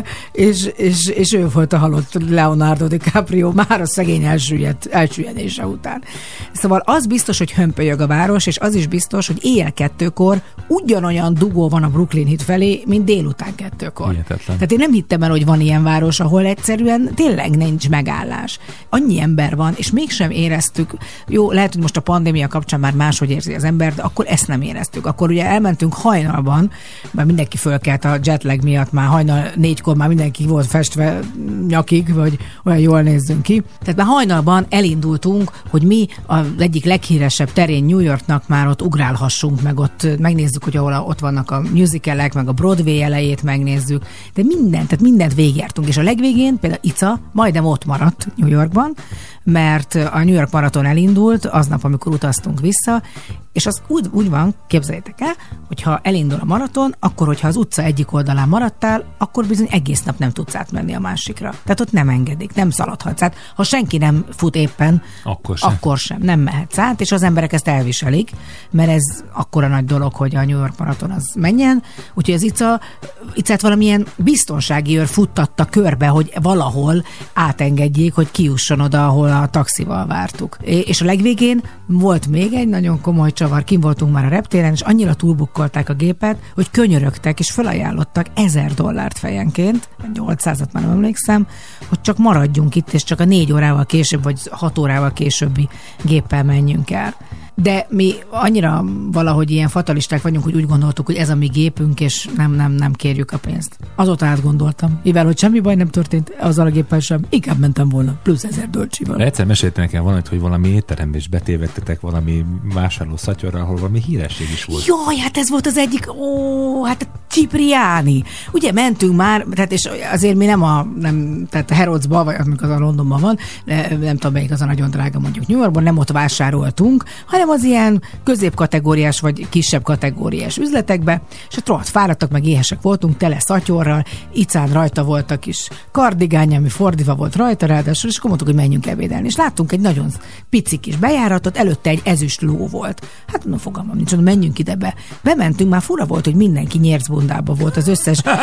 [SPEAKER 3] és ő volt a halott Leonardo DiCaprio már a szegény elsüllyedése után. Szóval az biztos, hogy hömpölyög a város, és az is biztos, hogy éjjel 2-kor ugyanolyan dugó van a Brooklyn híd felé, mint délután 2-kor.
[SPEAKER 2] Hihetetlen.
[SPEAKER 3] Tehát én nem hittem el, hogy van ilyen város, ahol egyszerűen tényleg nincs megállás. Annyi ember van, és mégsem éreztük, jó, lehet, hogy most a pandémia kapcsán már máshogy érzi az ember, de akkor ezt nem éreztük. Akkor ugye elmentünk hajnalban, mert mindenki fölkelt a jetlag miatt, már hajnal 4-kor már mindenki volt festve nyakig, vagy olyan jól nézzünk ki. Tehát már hajnalban elindultunk, hogy mi az egyik leghíresebb terén New Yorknak már ott ugrálhassunk, meg ott megnézzük, hogy ahol ott vannak a musicalek, meg a Broadway elejét megnézzük, de mindent végigjártunk, és a legvégén például Ica majdnem ott maradt New Yorkban, mert a New York maraton elindult aznap, amikor utaztunk vissza, és az úgy van, képzeljétek el, hogyha elindul a maraton, akkor, hogyha az utca egyik oldalán maradtál, akkor bizony egész nap nem tudsz átmenni a másikra. Tehát ott nem engedik, nem szaladhatsz át. Ha senki nem fut éppen, akkor sem. Nem mehetsz át, és az emberek ezt elviselik, mert ez akkora nagy dolog, hogy a New York maraton az menjen. Úgyhogy az Icát valamilyen biztonsági őr futtatta körbe, hogy valahol átengedjék, hogy kijusson oda, ahol a taxival vártuk. És a legvégén volt még egy nagyon komoly csavar, kim voltunk már a reptéren, és annyira túlbukkolták a gépet, hogy könyörögtek, és felajánlottak $1000 fejenként, 800-at már nem emlékszem, hogy csak maradjunk itt, és csak a 4 órával később, vagy 6 órával későbbi géppel menjünk el. De mi annyira valahogy ilyen fatalisták vagyunk, hogy úgy gondoltuk, hogy ez a mi gépünk, és nem kérjük a pénzt. Azóta átgondoltam, mivel hogy semmi baj nem történt azzal a géppel sem, inkább mentem volna plusz $1000.
[SPEAKER 2] Egyszer meséltem nekem valamit, hogy valami étterembe is betévedtetek valami vásárló szatyorra, ahol valami híresség is volt.
[SPEAKER 3] Jaj, hát ez volt az egyik, hát a Cipriani. Ugye mentünk már, tehát és azért mi tehát a Harrodsban, vagy amikor az a Londonban van, nem tudom, melyik az a nagyon drága mondjuk New Yorkban, nem ott vásároltunk, hanem az ilyen középkategóriás vagy kisebb kategóriás üzletekbe, és ott rohadt fáradtak, meg éhesek voltunk, tele szatyorral, Icán rajta volt a kis kardigány, ami fordítva volt rajta ráadásul, és akkor mondtuk, hogy menjünk ebédelni. És láttunk egy nagyon pici kis bejáratot, előtte egy ezüst ló volt. Hát no, fogalmam nincs, menjünk ide be. Bementünk, már fura volt, hogy mindenki nyércbundában volt, az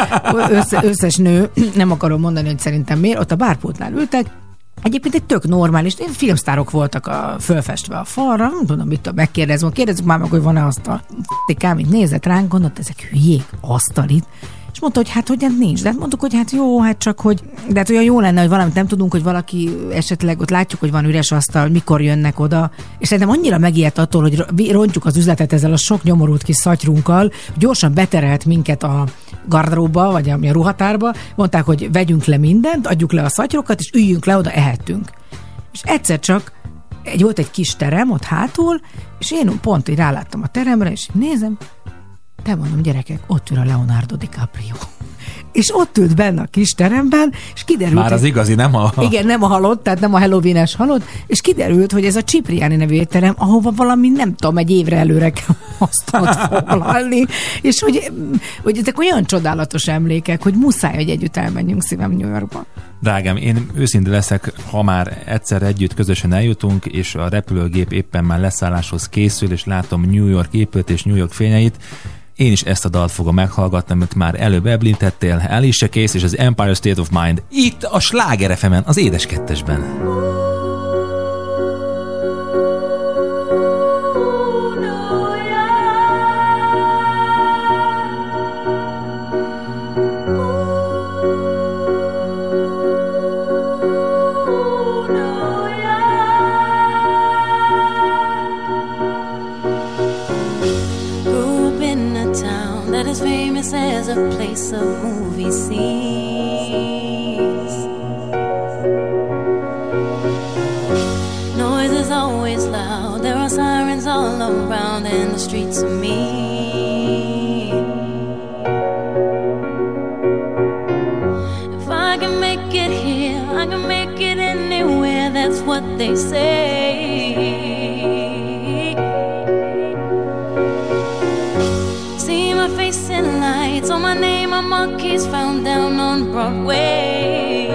[SPEAKER 3] összes nő, nem akarom mondani, hogy szerintem miért, ott a bárpultnál ültek. Egyébként egy tök normális, filmsztárok voltak fölfestve a falra, nem tudom, mit kérdezzük már meg, hogy van-e asztal. F***kámit nézett ránk, gondolt, ezek hülyék, asztalit. És mondta, hogy hát nincs. De hát mondtuk, hogy hát jó, hát csak, hogy... De hát olyan jó lenne, hogy valamit nem tudunk, hogy valaki esetleg ott látjuk, hogy van üres asztal, hogy mikor jönnek oda. És szerintem annyira megijedt attól, hogy rontjuk az üzletet ezzel a sok nyomorult kis szatyrunkkal, gyorsan beterelt minket a gardróbba, vagy a ruhatárba. Mondták, hogy vegyünk le mindent, adjuk le a szatyrokat, és üljünk le, oda ehetünk. És egyszer csak volt egy kis terem ott hátul, és én pont így ráláttam a teremre, és nézem, te mondom, gyerekek, ott ül a Leonardo DiCaprio. És ott ült benne a kis teremben, és kiderült...
[SPEAKER 2] Már az igazi, nem a...
[SPEAKER 3] Igen, nem a halott, tehát nem a Halloween-es halott, és kiderült, hogy ez a Cipriani nevű étterem, ahova valami, nem tudom, egy évre előre kell asztalt foglalni, és hogy ezek olyan csodálatos emlékek, hogy muszáj, hogy együtt elmenjünk szívem New Yorkba.
[SPEAKER 2] Drágám, én őszinte leszek, ha már egyszer együtt közösen eljutunk, és a repülőgép éppen már leszálláshoz készül, és látom New York épült és New York fényeit, Én is ezt a dalt fogom meghallgatni, amit már előbb említettél, Alicia Keys és az Empire State of Mind. Itt a Sláger FM-en, az Édes Kettesben.
[SPEAKER 6] As a place of movie scenes, noise is always loud. There are sirens all around, and the streets are mean. If I can make it here, I can make it anywhere. That's what they say. So my name on monkeys found down on Broadway.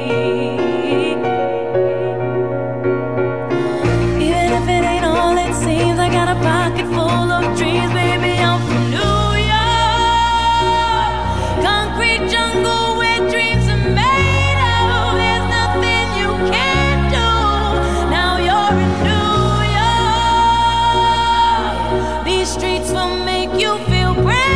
[SPEAKER 6] Even if it ain't all it seems, I got a pocket full of dreams, baby. I'm from New York, concrete jungle where dreams are made of. There's nothing you can't do. Now you're in New York. These streets will make you feel brand.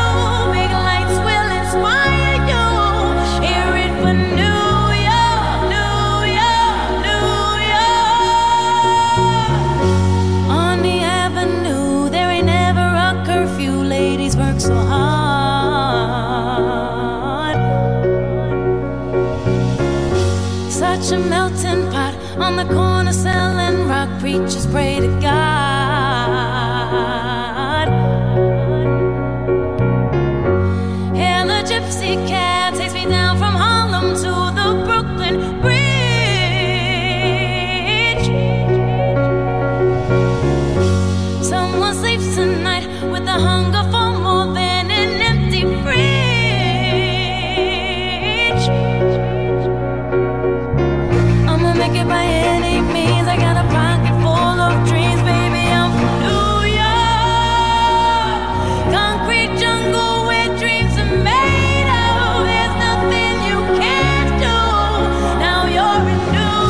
[SPEAKER 6] So hard, such a melting pot on the corner selling rock. Preachers pray to God. And the gypsy cab takes me down from Harlem to the Brooklyn Bridge. Someone sleeps tonight with the hunger for more than an empty fridge. I'ma make it by any means. I got a pocket full of dreams, baby. I'm from New York, concrete jungle where dreams are made of. There's nothing you can't do. Now you're in New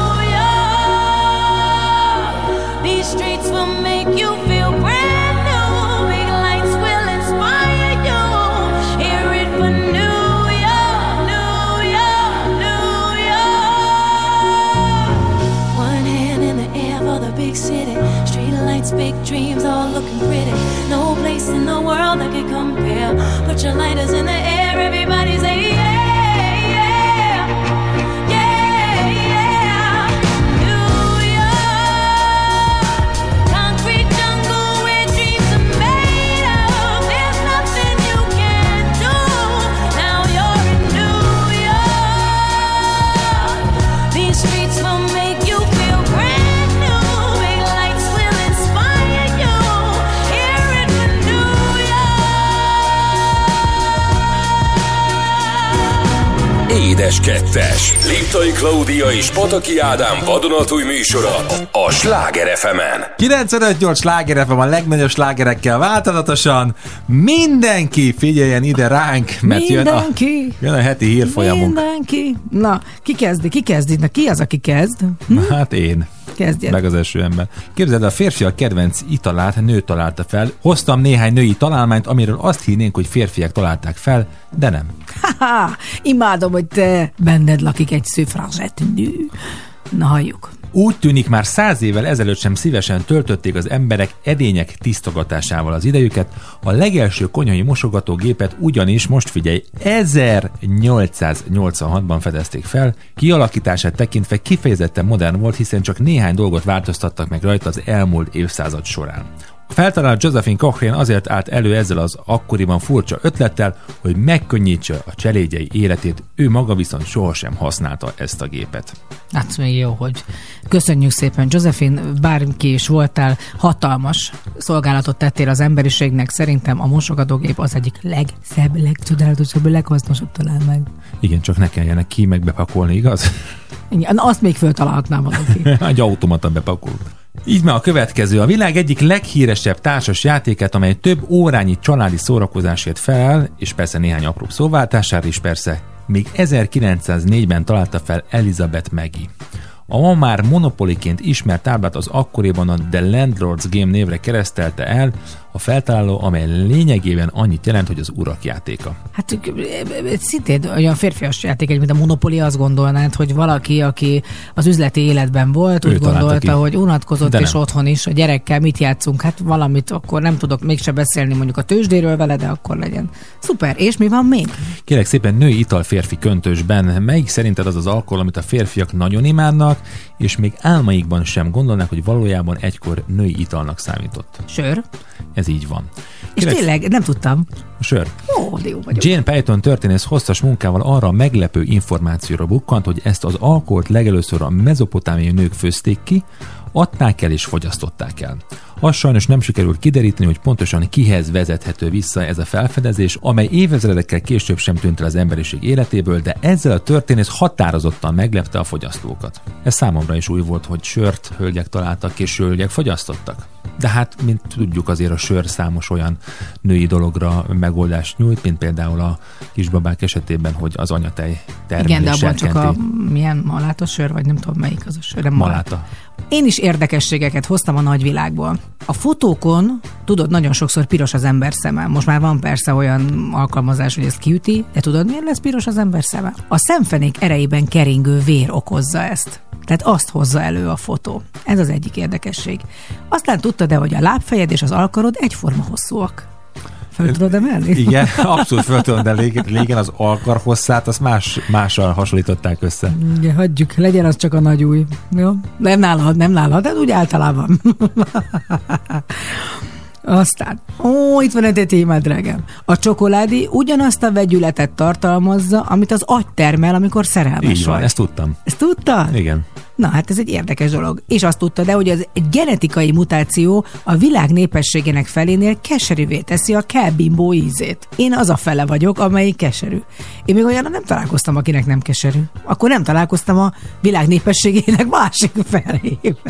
[SPEAKER 6] York. These streets will make you feel brand new. Big lights will inspire you. Hear it for New York, New York, New York. One hand in the air for the big city. Street lights, big dreams, all looking pretty. No place in the world that can compare. Put your lighters in the air, everybody say yeah.
[SPEAKER 1] Édes Kettes. Liptai Klaudia és Pataki Ádám vadonatúj műsora a Sláger FM-en.
[SPEAKER 2] 95-8 Sláger FM a legnagyobb slágerekkel változatosan. Mindenki figyeljen ide ránk, mert jön a heti hírfolyamunk.
[SPEAKER 3] Mindenki. Na, ki kezdi? Na, ki az, aki kezd?
[SPEAKER 2] Hát én.
[SPEAKER 3] Kezdjed.
[SPEAKER 2] Meg az első ember. Képzeld, a férfiak kedvenc italát nő találta fel. Hoztam néhány női találmányt, amiről azt hinnénk, hogy férfiak találták fel, de nem.
[SPEAKER 3] Haha, imádom, hogy te benned lakik egy szüfrazsett nő. Na, halljuk.
[SPEAKER 2] Úgy tűnik, már 100 évvel ezelőtt sem szívesen töltötték az emberek edények tisztogatásával az idejüket. A legelső konyhai mosogatógépet ugyanis, most figyelj, 1886-ban fedezték fel. Kialakítását tekintve kifejezetten modern volt, hiszen csak néhány dolgot változtattak meg rajta az elmúlt évszázad során. A feltaláló Josephine Cochrane azért állt elő ezzel az akkoriban furcsa ötlettel, hogy megkönnyítse a cselédjei életét, ő maga viszont sohasem használta ezt a gépet.
[SPEAKER 3] Hát még jó, hogy köszönjük szépen, Josephine, bárki is voltál, hatalmas szolgálatot tettél az emberiségnek, szerintem a mosogatógép az egyik legszebb, legcsodálatosabb, leghasznosabb találmány.
[SPEAKER 2] Igen, csak ne kelljenek ki meg bepakolni, igaz?
[SPEAKER 3] Igen, azt még föltalálhatnám valaki.
[SPEAKER 2] Egy automata bepakol. Így már a következő. A világ egyik leghíresebb társas játékát, amely több órányi családi szórakozásért felel, és persze néhány apró szóváltására is persze, még 1904-ben találta fel Elizabeth Magie. A ma már monopoliként ismert táblát az akkoriban a The Landlord's Game névre keresztelte el a feltaláló, amely lényegében annyit jelent, hogy az urak játéka.
[SPEAKER 3] Hát szintén olyan férfias játék, mint a Monopoly, azt gondolnád, hogy valaki, aki az üzleti életben volt, úgy gondolta, hogy unatkozott, és otthon is a gyerekkel mit játszunk, hát valamit, akkor nem tudok mégse beszélni mondjuk a tőzsdéről vele, de akkor legyen. Szuper, és mi van még?
[SPEAKER 2] Kérlek szépen, női ital férfi köntösben. Melyik szerinted az az alkohol, amit a férfiak nagyon imádnak, és még álmaikban sem gondolnák, hogy valójában egykor női italnak számított?
[SPEAKER 3] Sör.
[SPEAKER 2] Ez így van.
[SPEAKER 3] És tényleg, nem tudtam.
[SPEAKER 2] Sör.
[SPEAKER 3] Ó, jó vagyok.
[SPEAKER 2] Jane Peyton történész hosszas munkával arra a meglepő információra bukkant, hogy ezt az alkoholt legelőször a mezopotámiai nők főzték ki, adták el és fogyasztották el. Azt sajnos nem sikerült kideríteni, hogy pontosan kihez vezethető vissza ez a felfedezés, amely évezredekkel később sem tűnt el az emberiség életéből, de ezzel a történész határozottan meglepte a fogyasztókat. Ez számomra is új volt, hogy sört hölgyek találtak és hölgyek fogyasztottak. De hát, mint tudjuk, azért a sör számos olyan női dologra megoldást nyújt, mint például a kisbabák esetében, hogy az anyatej termelés.
[SPEAKER 3] Igen, de abban csak a milyen maláta sör, vagy nem tudom melyik az a sör.
[SPEAKER 2] Maláta.
[SPEAKER 3] Én is érdekességeket hoztam a nagyvilágból. A fotókon, tudod, nagyon sokszor piros az ember szeme. Most már van persze olyan alkalmazás, hogy ezt kiüti, de tudod, miért lesz piros az ember szeme? A szemfenék erejében keringő vér okozza ezt. Tehát azt hozza elő a fotó. Ez az egyik érdekesség. Aztán tudtad-e, hogy a lábfejed és az alkarod egyforma hosszúak? Föl tudod emelni? Igen,
[SPEAKER 2] abszolút föl tudom, de régen az alkar hosszát, azt mással hasonlították össze.
[SPEAKER 3] Igen, hagyjuk, legyen az csak a nagy új. Jó? Nem nálad, de úgy általában. Aztán, itt van egy témád, drágám. A csokoládé ugyanazt a vegyületet tartalmazza, amit az agy termel, amikor szerelmes
[SPEAKER 2] így van,
[SPEAKER 3] vagy.
[SPEAKER 2] Ezt tudtam.
[SPEAKER 3] Ezt tudtad?
[SPEAKER 2] Igen.
[SPEAKER 3] Na, hát ez egy érdekes dolog. És azt tudtad, de hogy az egy genetikai mutáció a világ népességének felénél keserűvé teszi a kelbimbó ízét. Én az a fele vagyok, amelyik keserű. Én még olyanra nem találkoztam, akinek nem keserű. Akkor nem találkoztam a világ népességének másik felével.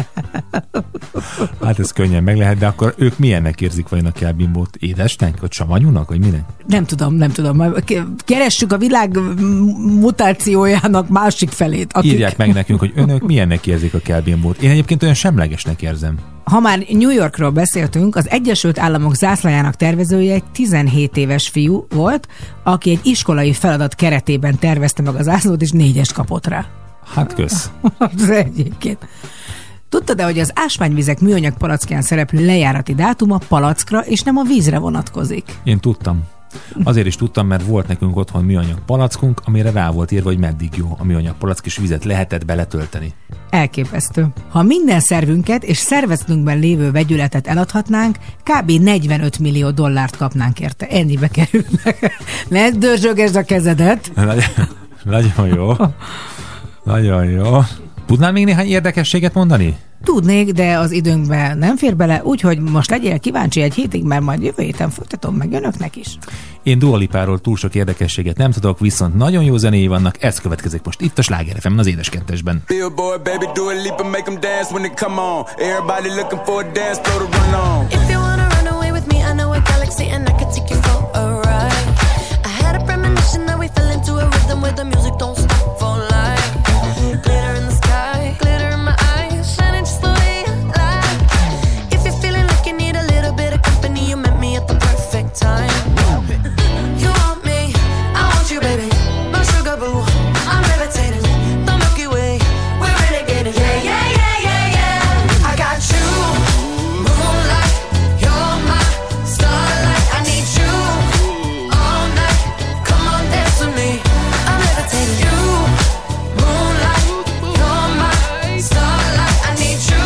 [SPEAKER 2] Hát ez könnyen meg lehet, de akkor ők milyennek érzik vajon a kelbimbót? Édesnek, vagy savanyúnak, vagy minek?
[SPEAKER 3] Nem tudom. Keressük a világ mutációjának másik felét.
[SPEAKER 2] Írják meg nekünk, hogy önök milyennek érzik a kelbimbót. Én egyébként olyan semlegesnek érzem.
[SPEAKER 3] Ha már New Yorkról beszéltünk, az Egyesült Államok zászlajának tervezője egy 17 éves fiú volt, aki egy iskolai feladat keretében tervezte meg az zászlót, és 4-est kapott rá.
[SPEAKER 2] Hát kösz.
[SPEAKER 3] Az egyébként. Tudtad-e, hogy az ásványvizek műanyag palackján szereplő lejárati dátum a palackra és nem a vízre vonatkozik?
[SPEAKER 2] Én tudtam. Azért is tudtam, mert volt nekünk otthon műanyag palackunk, amire rá volt írva, hogy meddig jó a műanyag palack, és vizet lehetett beletölteni.
[SPEAKER 3] Elképesztő. Ha minden szervünket és szervezetünkben lévő vegyületet eladhatnánk, kb. 45 millió dollárt kapnánk érte. Ennyibe kerülnek. Ne dörzsögesd a kezedet.
[SPEAKER 2] Nagyon jó. Nagyon jó. Tudnál még néhány érdekességet mondani?
[SPEAKER 3] Tudnék, de az időnkben nem fér bele, úgyhogy most legyél kíváncsi egy hétig, mert majd jövő héten folytatom meg önöknek is.
[SPEAKER 2] Én Dua Lipáról túl sok érdekességet nem tudok, viszont nagyon jó zenéi vannak, ez következik most itt a Sláger FM-en, az Édes Kettesben.
[SPEAKER 11] Billboard, baby, Dua Lipa, make them dance when they come on. Everybody looking for a dance floor to run on.
[SPEAKER 6] If you wanna run away with me, I know a galaxy and I can take you for a ride. I had a premonition that we fell into a rhythm where the music don't stop for life. Glitter in the sky, glitter in my eyes, shining just the way I like. If you're feeling like you need a little bit of company, you met me at the perfect time. You want me, I want you, baby. My sugar boo, I'm levitating. The Milky Way, we're renegading. Yeah, yeah, yeah, yeah, yeah. I got you, moonlight. You're my starlight. I need you all night. Come on, dance with me. I'm levitating. You, moonlight. You're my starlight. I need you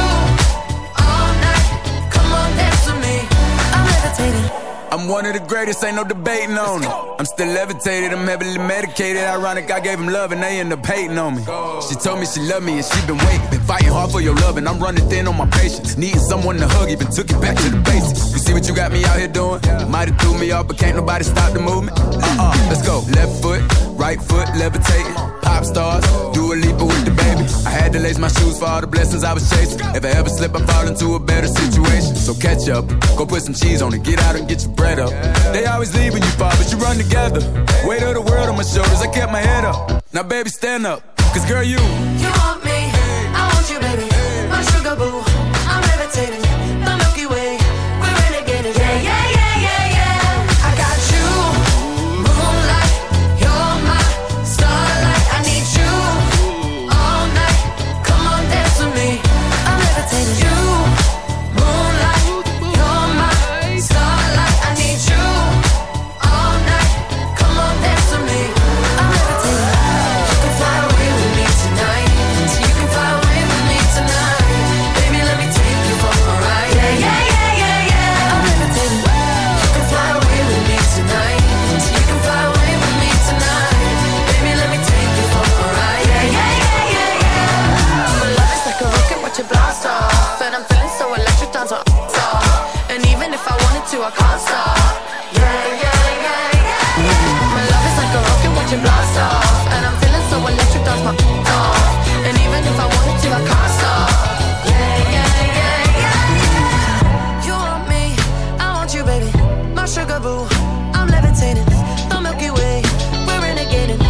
[SPEAKER 6] all night. Come on, dance with me. I'm levitating.
[SPEAKER 11] I'm one of the greatest, ain't no debating on it. I'm still levitated, I'm heavily medicated. Ironic, I gave him love and they end up hating on me. She told me she loved me and she been waiting. Been fighting hard for your love and I'm running thin on my patience. Needing someone to hug, even took it back to the basics. You see what you got me out here doing? Might have threw me off, but can't nobody stop the movement. Let's go. Left foot, right foot, levitating. Pop stars, Dua Lipa with the baby. I had Had to lace my shoes for all the blessings I was chasing. If I ever slip, I fall into a better situation. So catch up, go put some cheese on it, get out and get your bread up. They always leave when you fall, but you run together. Weight of the world on my shoulders, I kept my head up. Now baby, stand up, cause girl, you
[SPEAKER 7] want me, I want you, baby. My sugar boo, I'm levitating. The Milky Way, we're renegading. Yeah, yeah, yeah, yeah, yeah. I got you, moonlight, you're my starlight. I need you all night. Come on, dance with me. I'm levitating. You, moonlight, you're my starlight. I need you all night. Come on, dance with me. I'm levitating. You can fly away with me tonight. You can fly away with me tonight. Baby, let me take you for a ride. Yeah, yeah, yeah, yeah, yeah. I'm levitating. You can fly away with me tonight. You can fly away with me tonight. Baby, let me take you for a ride. Yeah, yeah, yeah, yeah, yeah. My love is like a rocket, watch it blast off. And I'm feeling so electric, dance on off. And even if I wanted to, I can't stop. Yeah, yeah, yeah, yeah. My love is like a rocket, watch it blast off. And I'm feeling so electric, dance my off. And even if I wanted to, I can't stop. Yeah, yeah, yeah, yeah. You want me, I want you, baby. My sugar boo, I'm levitating. The Milky Way, we're renegading.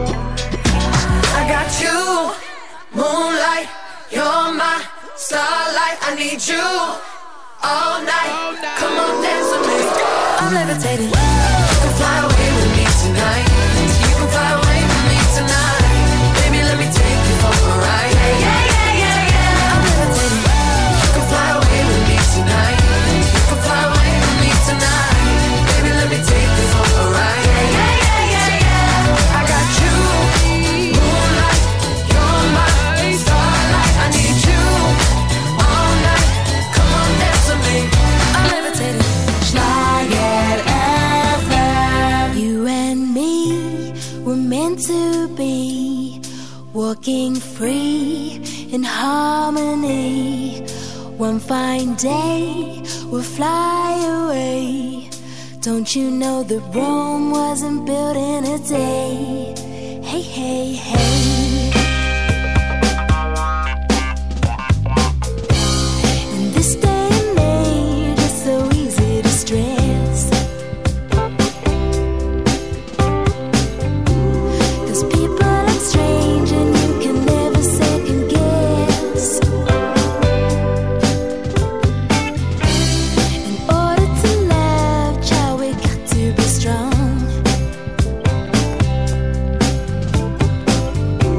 [SPEAKER 7] I got you, moonlight, you're my starlight. I need you all night. Come on, dance with me. I'm levitating. You can fly away with me tonight. You can fly away with me tonight. Baby, let me take you for a ride. Yeah, yeah, yeah, yeah, yeah. I'm levitating. You can fly away with me tonight. You can fly away with me tonight. Baby, let me take you for a ride. Yeah, yeah, yeah, yeah, yeah. I got you, moonlight, you're my starlight. I need you all night. Come on, dance with me. I'm levitating. Schlager FM. You and me were meant to be walking free in harmony. One fine day we'll fly away. Don't you know that Rome wasn't built in a day? Hey, hey, hey. In this day and age, it's so easy to stress. 'Cause people act strange and you can never second guess. In order to love, child, we got to be strong.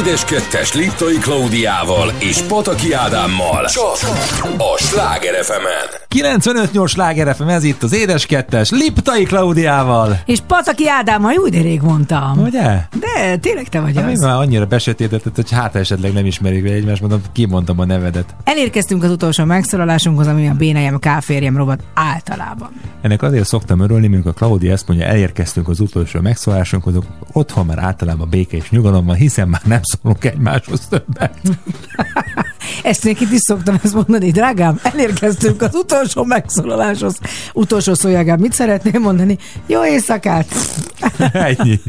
[SPEAKER 1] Édes Kettes Liptai Klaudiával és Pataki Ádámmal csak a Sláger FM-en.
[SPEAKER 2] 95-8 Sláger FM, ez itt az Édes Kettes Liptai Klaudiával.
[SPEAKER 3] És Pataki Ádámmal, úgy de rég mondtam.
[SPEAKER 2] Ugye?
[SPEAKER 3] De tényleg te vagy az.
[SPEAKER 2] Én már annyira besötétetett, hogy hát esetleg nem ismerik be egymást, mondom, kimondtam a nevedet.
[SPEAKER 3] Elérkeztünk az utolsó megszólalásunkhoz, ami a Bénájem K-férjem rovat általában.
[SPEAKER 2] Ennek azért szoktam örülni, amikor a Klaudia ezt mondja, elérkeztünk az utolsó megszólalásunkhoz, otthon már általában béke és nyugalom van, hiszen már nem szólunk egymáshoz többet.
[SPEAKER 3] Ezt nekit is szoktam ezt mondani, drágám, elérkeztünk az utolsó megszólaláshoz. Utolsó szójágám, mit szeretném mondani? Jó éjszakát!
[SPEAKER 2] Ennyi.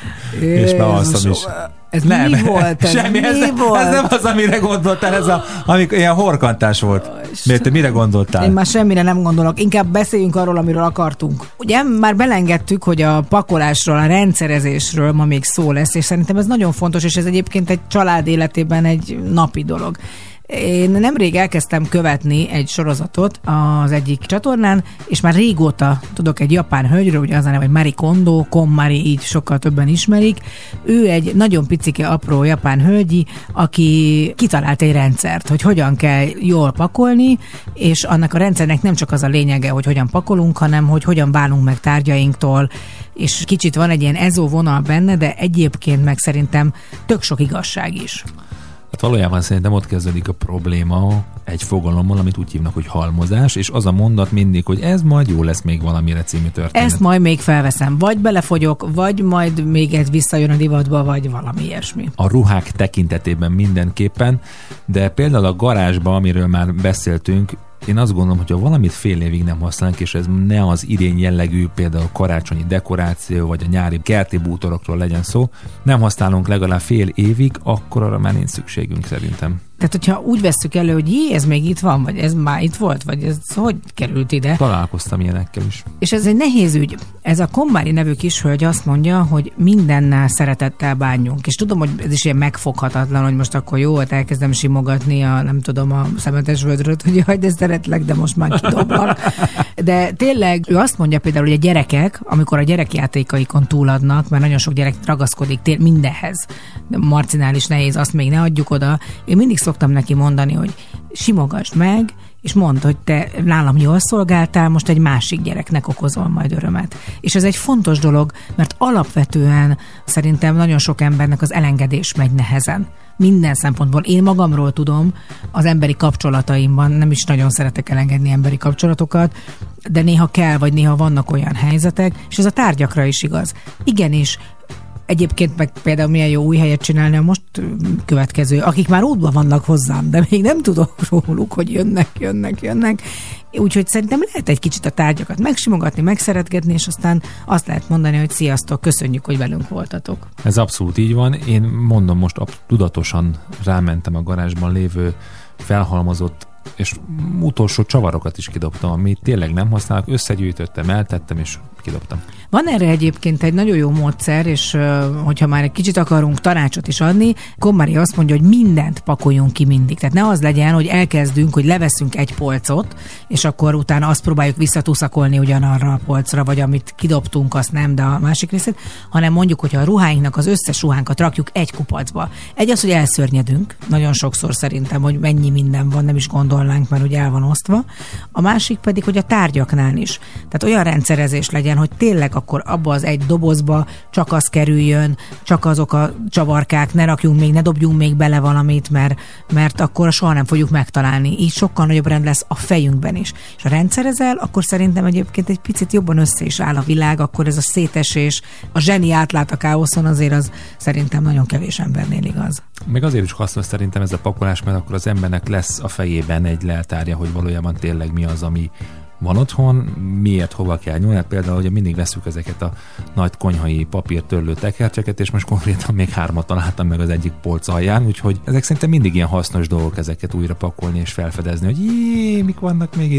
[SPEAKER 2] És már alszom is.
[SPEAKER 3] Ez nem, mi volt?
[SPEAKER 2] Semmi,
[SPEAKER 3] mi
[SPEAKER 2] ez
[SPEAKER 3] volt?
[SPEAKER 2] nem az, amire gondoltál, ez amikor ilyen horkantás volt. Miért, te mire gondoltál?
[SPEAKER 3] Én már semmire nem gondolok, inkább beszéljünk arról, amiről akartunk. Ugye már belengedtük, hogy a pakolásról, a rendszerezésről ma még szó lesz, és szerintem ez nagyon fontos, és ez egyébként egy család életében egy napi dolog. Én nemrég elkezdtem követni egy sorozatot az egyik csatornán, és már régóta tudok egy japán hölgyről, ugye az a neve, hogy Marie Kondo, KonMari, így sokkal többen ismerik. Ő egy nagyon picike, apró japán hölgyi, aki kitalált egy rendszert, hogy hogyan kell jól pakolni, és annak a rendszernek nem csak az a lényege, hogy hogyan pakolunk, hanem hogy hogyan válunk meg tárgyainktól, és kicsit van egy ilyen ezó vonal benne, de egyébként meg szerintem tök sok igazság is.
[SPEAKER 2] Hát valójában szerintem ott kezdődik a probléma egy fogalommal, amit úgy hívnak, hogy halmozás, és az a mondat mindig, hogy ez majd jó lesz még valamire című történet.
[SPEAKER 3] Ezt majd még felveszem, vagy belefogyok, vagy majd még ez visszajön a divatba, vagy valami ilyesmi.
[SPEAKER 2] A ruhák tekintetében mindenképpen, de például a garázsban, amiről már beszéltünk, én azt gondolom, hogy ha valamit fél évig nem használunk, és ez ne az idén jellegű, például karácsonyi dekoráció, vagy a nyári kerti bútorokról legyen szó, nem használunk legalább fél évig, akkor arra már nincs szükségünk szerintem.
[SPEAKER 3] Tehát, hogyha úgy vesszük elő, hogy ez még itt van, vagy ez már itt volt, vagy ez hogy került ide?
[SPEAKER 2] Találkoztam ilyenekkel is.
[SPEAKER 3] És ez egy nehéz ügy. Ez a KonMari nevű kishölgy azt mondja, hogy mindennel szeretettel bánjunk. És tudom, hogy ez is ilyen megfoghatatlan, hogy most akkor jó, hát elkezdem simogatni a, nem tudom, a szemetes vödröt, hogy jaj, de szeretlek, de most már kidoblak. De tényleg ő azt mondja például, hogy a gyerekek, amikor a gyerekjátékaikon túladnak, mert nagyon sok gyerek ragaszkodik mindenhez. De Marcinál is nehéz, azt még ne adjuk oda. Én mindig szoktam neki mondani, hogy simogasd meg, és mondd, hogy te nálam jól szolgáltál, most egy másik gyereknek okozol majd örömet. És ez egy fontos dolog, mert alapvetően szerintem nagyon sok embernek az elengedés megy nehezen. Minden szempontból. Én magamról tudom, az emberi kapcsolataimban nem is nagyon szeretek elengedni emberi kapcsolatokat, de néha kell, vagy néha vannak olyan helyzetek, és ez a tárgyakra is igaz. Igenis, egyébként meg például milyen jó új helyet csinálni a most következő, akik már útban vannak hozzám, de még nem tudok róluk, hogy jönnek. Úgyhogy szerintem lehet egy kicsit a tárgyakat megsimogatni, megszeretgetni, és aztán azt lehet mondani, hogy sziasztok, köszönjük, hogy velünk voltatok.
[SPEAKER 2] Ez abszolút így van. Én mondom, most tudatosan rámentem a garázsban lévő felhalmozott és utolsó csavarokat is kidobtam, amit tényleg nem használok, összegyűjtöttem, eltettem és kidobtam.
[SPEAKER 3] Van erre egyébként egy nagyon jó módszer, és hogyha már egy kicsit akarunk tanácsot is adni, KonMari azt mondja, hogy mindent pakoljunk ki mindig. Tehát ne az legyen, hogy elkezdünk, hogy leveszünk egy polcot, és akkor utána azt próbáljuk visszatuszakolni ugyanarra a polcra, vagy amit kidobtunk, azt nem, de a másik részét, hanem mondjuk, hogyha a ruháinknak az összes ruhánkat rakjuk egy kupacba. Egy az, hogy elszörnyedünk, nagyon sokszor szerintem, hogy mennyi minden van, nem is gondolnánk, mert ugye el van osztva. A másik pedig, hogy a tárgyaknál is. Tehát olyan rendszerezés legyen, hogy tényleg akkor abba az egy dobozba csak az kerüljön, csak azok a csavarkák, ne dobjunk még bele valamit, mert akkor soha nem fogjuk megtalálni. Így sokkal nagyobb rend lesz a fejünkben is. És ha rendszerezel, akkor szerintem egyébként egy picit jobban össze is áll a világ, akkor ez a szétesés, a zseni átlát a káoszon, azért az szerintem nagyon kevés embernél igaz.
[SPEAKER 2] Meg azért is hasznos szerintem ez a pakolás, mert akkor az embernek lesz a fejében egy leltárja, hogy valójában tényleg mi az, ami van otthon, miért, hova kell nyúlni. Hát például, hogy mindig veszük ezeket a nagy konyhai papírtörlő tekercseket, és most konkrétan még 3 találtam meg az egyik polc alján, úgyhogy ezek szerintem mindig ilyen hasznos dolgok ezeket újra pakolni és felfedezni, hogy mik vannak még itt.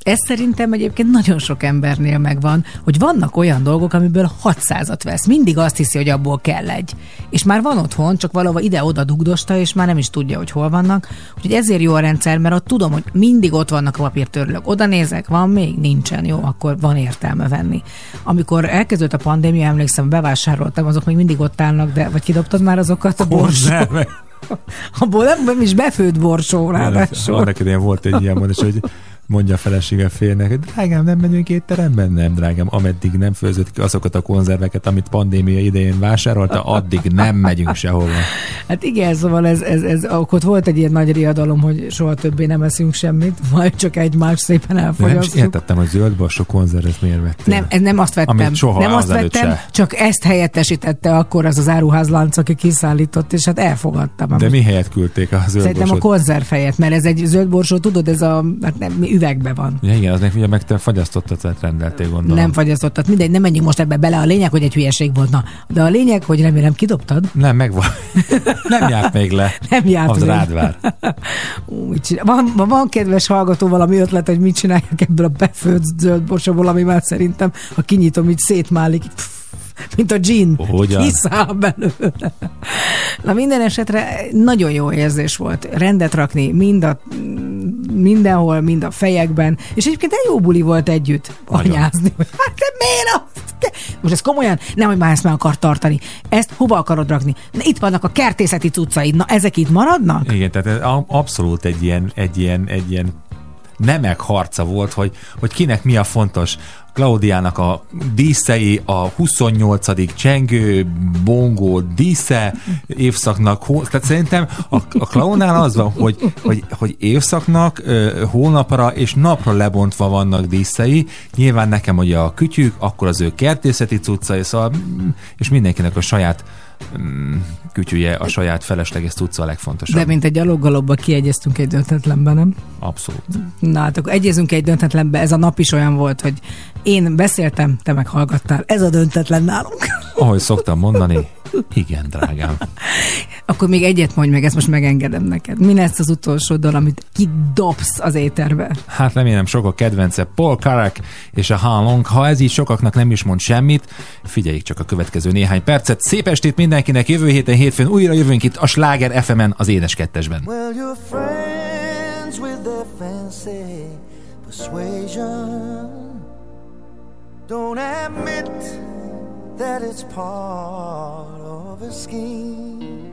[SPEAKER 3] Ez szerintem egyébként nagyon sok embernél megvan, hogy vannak olyan dolgok, amiből 600-at vesz. Mindig azt hiszi, hogy abból kell egy. És már van otthon, csak valahol ide-oda dugdosta, és már nem is tudja, hogy hol vannak. Úgyhogy ezért jó a rendszer, mert ott tudom, hogy mindig ott vannak a papírtörlők. Oda nézek, van még? Nincsen. Jó, akkor van értelme venni. Amikor elkezdődött a pandémia, emlékszem, bevásároltam, azok még mindig ott állnak, de vagy kidobtad már azokat a borsó? Abból nem is befőtt borsó ráadásul.
[SPEAKER 2] Annak idején volt egy ilyen mondás, hogy mondja a felesége félnek, hogy drágám, nem menjünk étteremben? Nem, drágám, ameddig nem főzött ki azokat a konzerveket, amit pandémia idején vásárolta, addig nem megyünk sehova.
[SPEAKER 3] Hát igen, szóval ez ott volt egy ilyen nagy riadalom, hogy soha többé nem eszünk semmit, majd csak egymást szépen elfogyasztjuk.
[SPEAKER 2] Nem értettem, hogy zöldborsó konzervet miért vettél.
[SPEAKER 3] Nem azt vettem.
[SPEAKER 2] Amit soha
[SPEAKER 3] nem azt vettem,
[SPEAKER 2] se.
[SPEAKER 3] csak ezt helyettesítette akkor az áruházlánc, aki kiszállított, és hát elfogadtam.
[SPEAKER 2] De mi helyet küldték a zöldborsót?
[SPEAKER 3] Szerintem a konzervhelyet, mert ez egy zöldborsó, tudod, ez a hát nem, üvegbe van.
[SPEAKER 2] Ja, igen, aznek ugye meg te fagyasztottat rendelték, gondolom.
[SPEAKER 3] Nem fagyasztottat, mindegy, nem menjünk most ebbe bele. A lényeg, hogy egy hülyeség volt. Na, de a lényeg, hogy remélem kidobtad.
[SPEAKER 2] Nem, megvan. Nem járt még le.
[SPEAKER 3] Nem járt
[SPEAKER 2] az
[SPEAKER 3] még.
[SPEAKER 2] Rád vár.
[SPEAKER 3] Van kedves hallgató valami ötlet, hogy mit csináljak ebből a befőtt zöldborsóból, ami már szerintem, ha kinyitom, így szétmálik. Mint a gin. Kiszáll belőle. Na minden esetre nagyon jó érzés volt rendet rakni mindenhol, mind a fejekben, és egyébként egy jó buli volt együtt anyázni. Hát de miért? Most ez komolyan? Nem, hogy már ezt meg akar tartani. Ezt hova akarod rakni? Na, itt vannak a kertészeti cuccaid. Na, ezek itt maradnak?
[SPEAKER 2] Igen, tehát ez abszolút egy ilyen nemek harca volt, hogy kinek mi a fontos. Klaudiának a díszei, a 28. csengő, bongó dísze évszaknak, tehát szerintem a Klaunál az van, hogy évszaknak hónapra és napra lebontva vannak díszei, nyilván nekem ugye a kütyük, akkor az ő kertészeti cuccai, szóval, és mindenkinek a saját kütyüje, a saját felesleges cucca a legfontosabb.
[SPEAKER 3] De mint egy gyaloggalobba kiegyeztünk egy döntetlenben, nem?
[SPEAKER 2] Abszolút.
[SPEAKER 3] Na hát akkor egyezünk egy döntetlenbe, ez a nap is olyan volt, hogy én beszéltem, te meg hallgattál. Ez a döntetlen nálunk.
[SPEAKER 2] Ahogy szoktam mondani, igen, drágám.
[SPEAKER 3] Akkor még egyet mondj meg, ezt most megengedem neked. Mi lesz az utolsó dal, amit kidobsz az éterbe?
[SPEAKER 2] Hát remélem sok a kedvence Paul Carrack és a How Long. Ha ez így sokaknak nem is mond semmit, figyeljük csak a következő néhány percet. Szép estét mindenkinek, jövő héten hétfőn újra jövünk itt a Sláger FM-en, az Édes Kettesben.
[SPEAKER 5] Well, you're friends with their fancy persuasion. Don't admit that it's part of a scheme.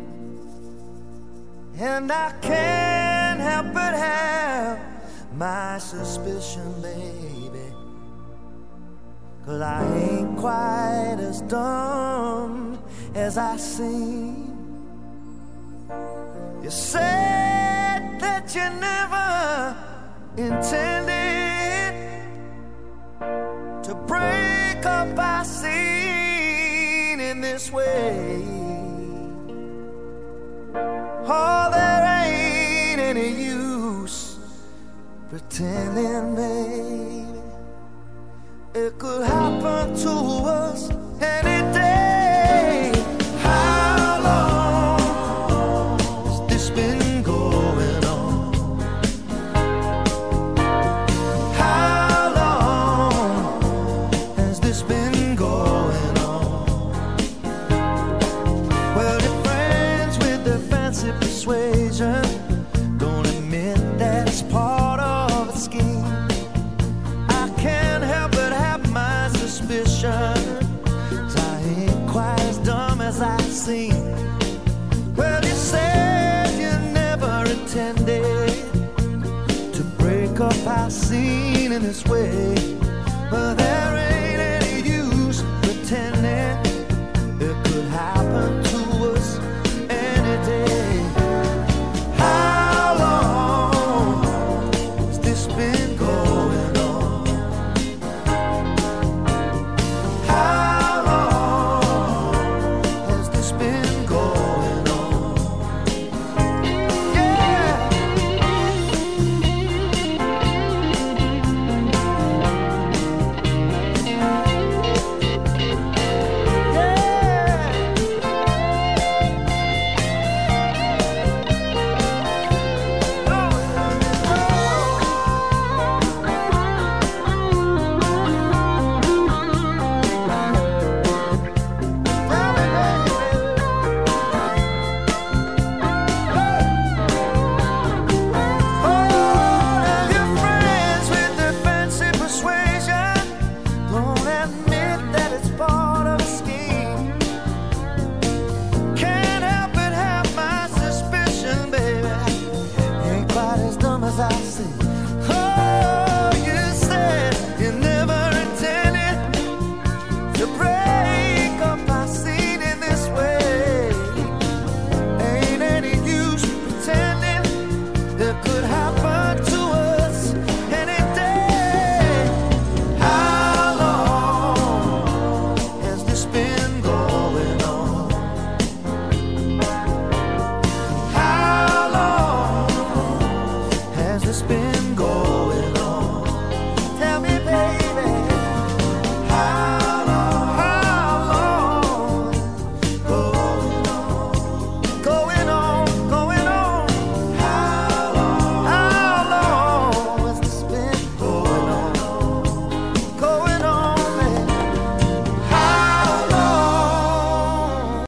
[SPEAKER 5] And I can't help but have my suspicion, baby, 'cause I ain't quite as dumb as I seem. You said that you never intended to break up our scene in this way. Oh, there ain't any use pretending, baby. It could happen to us any day. How long has this been going on? How long has this been going on? Well, your friends with their fancy persuasion don't admit that it's part of a scheme. I can't help but have my suspicion, 'cause I ain't quite as dumb as I seem. Well, you said you never intended to break up our scene in this way.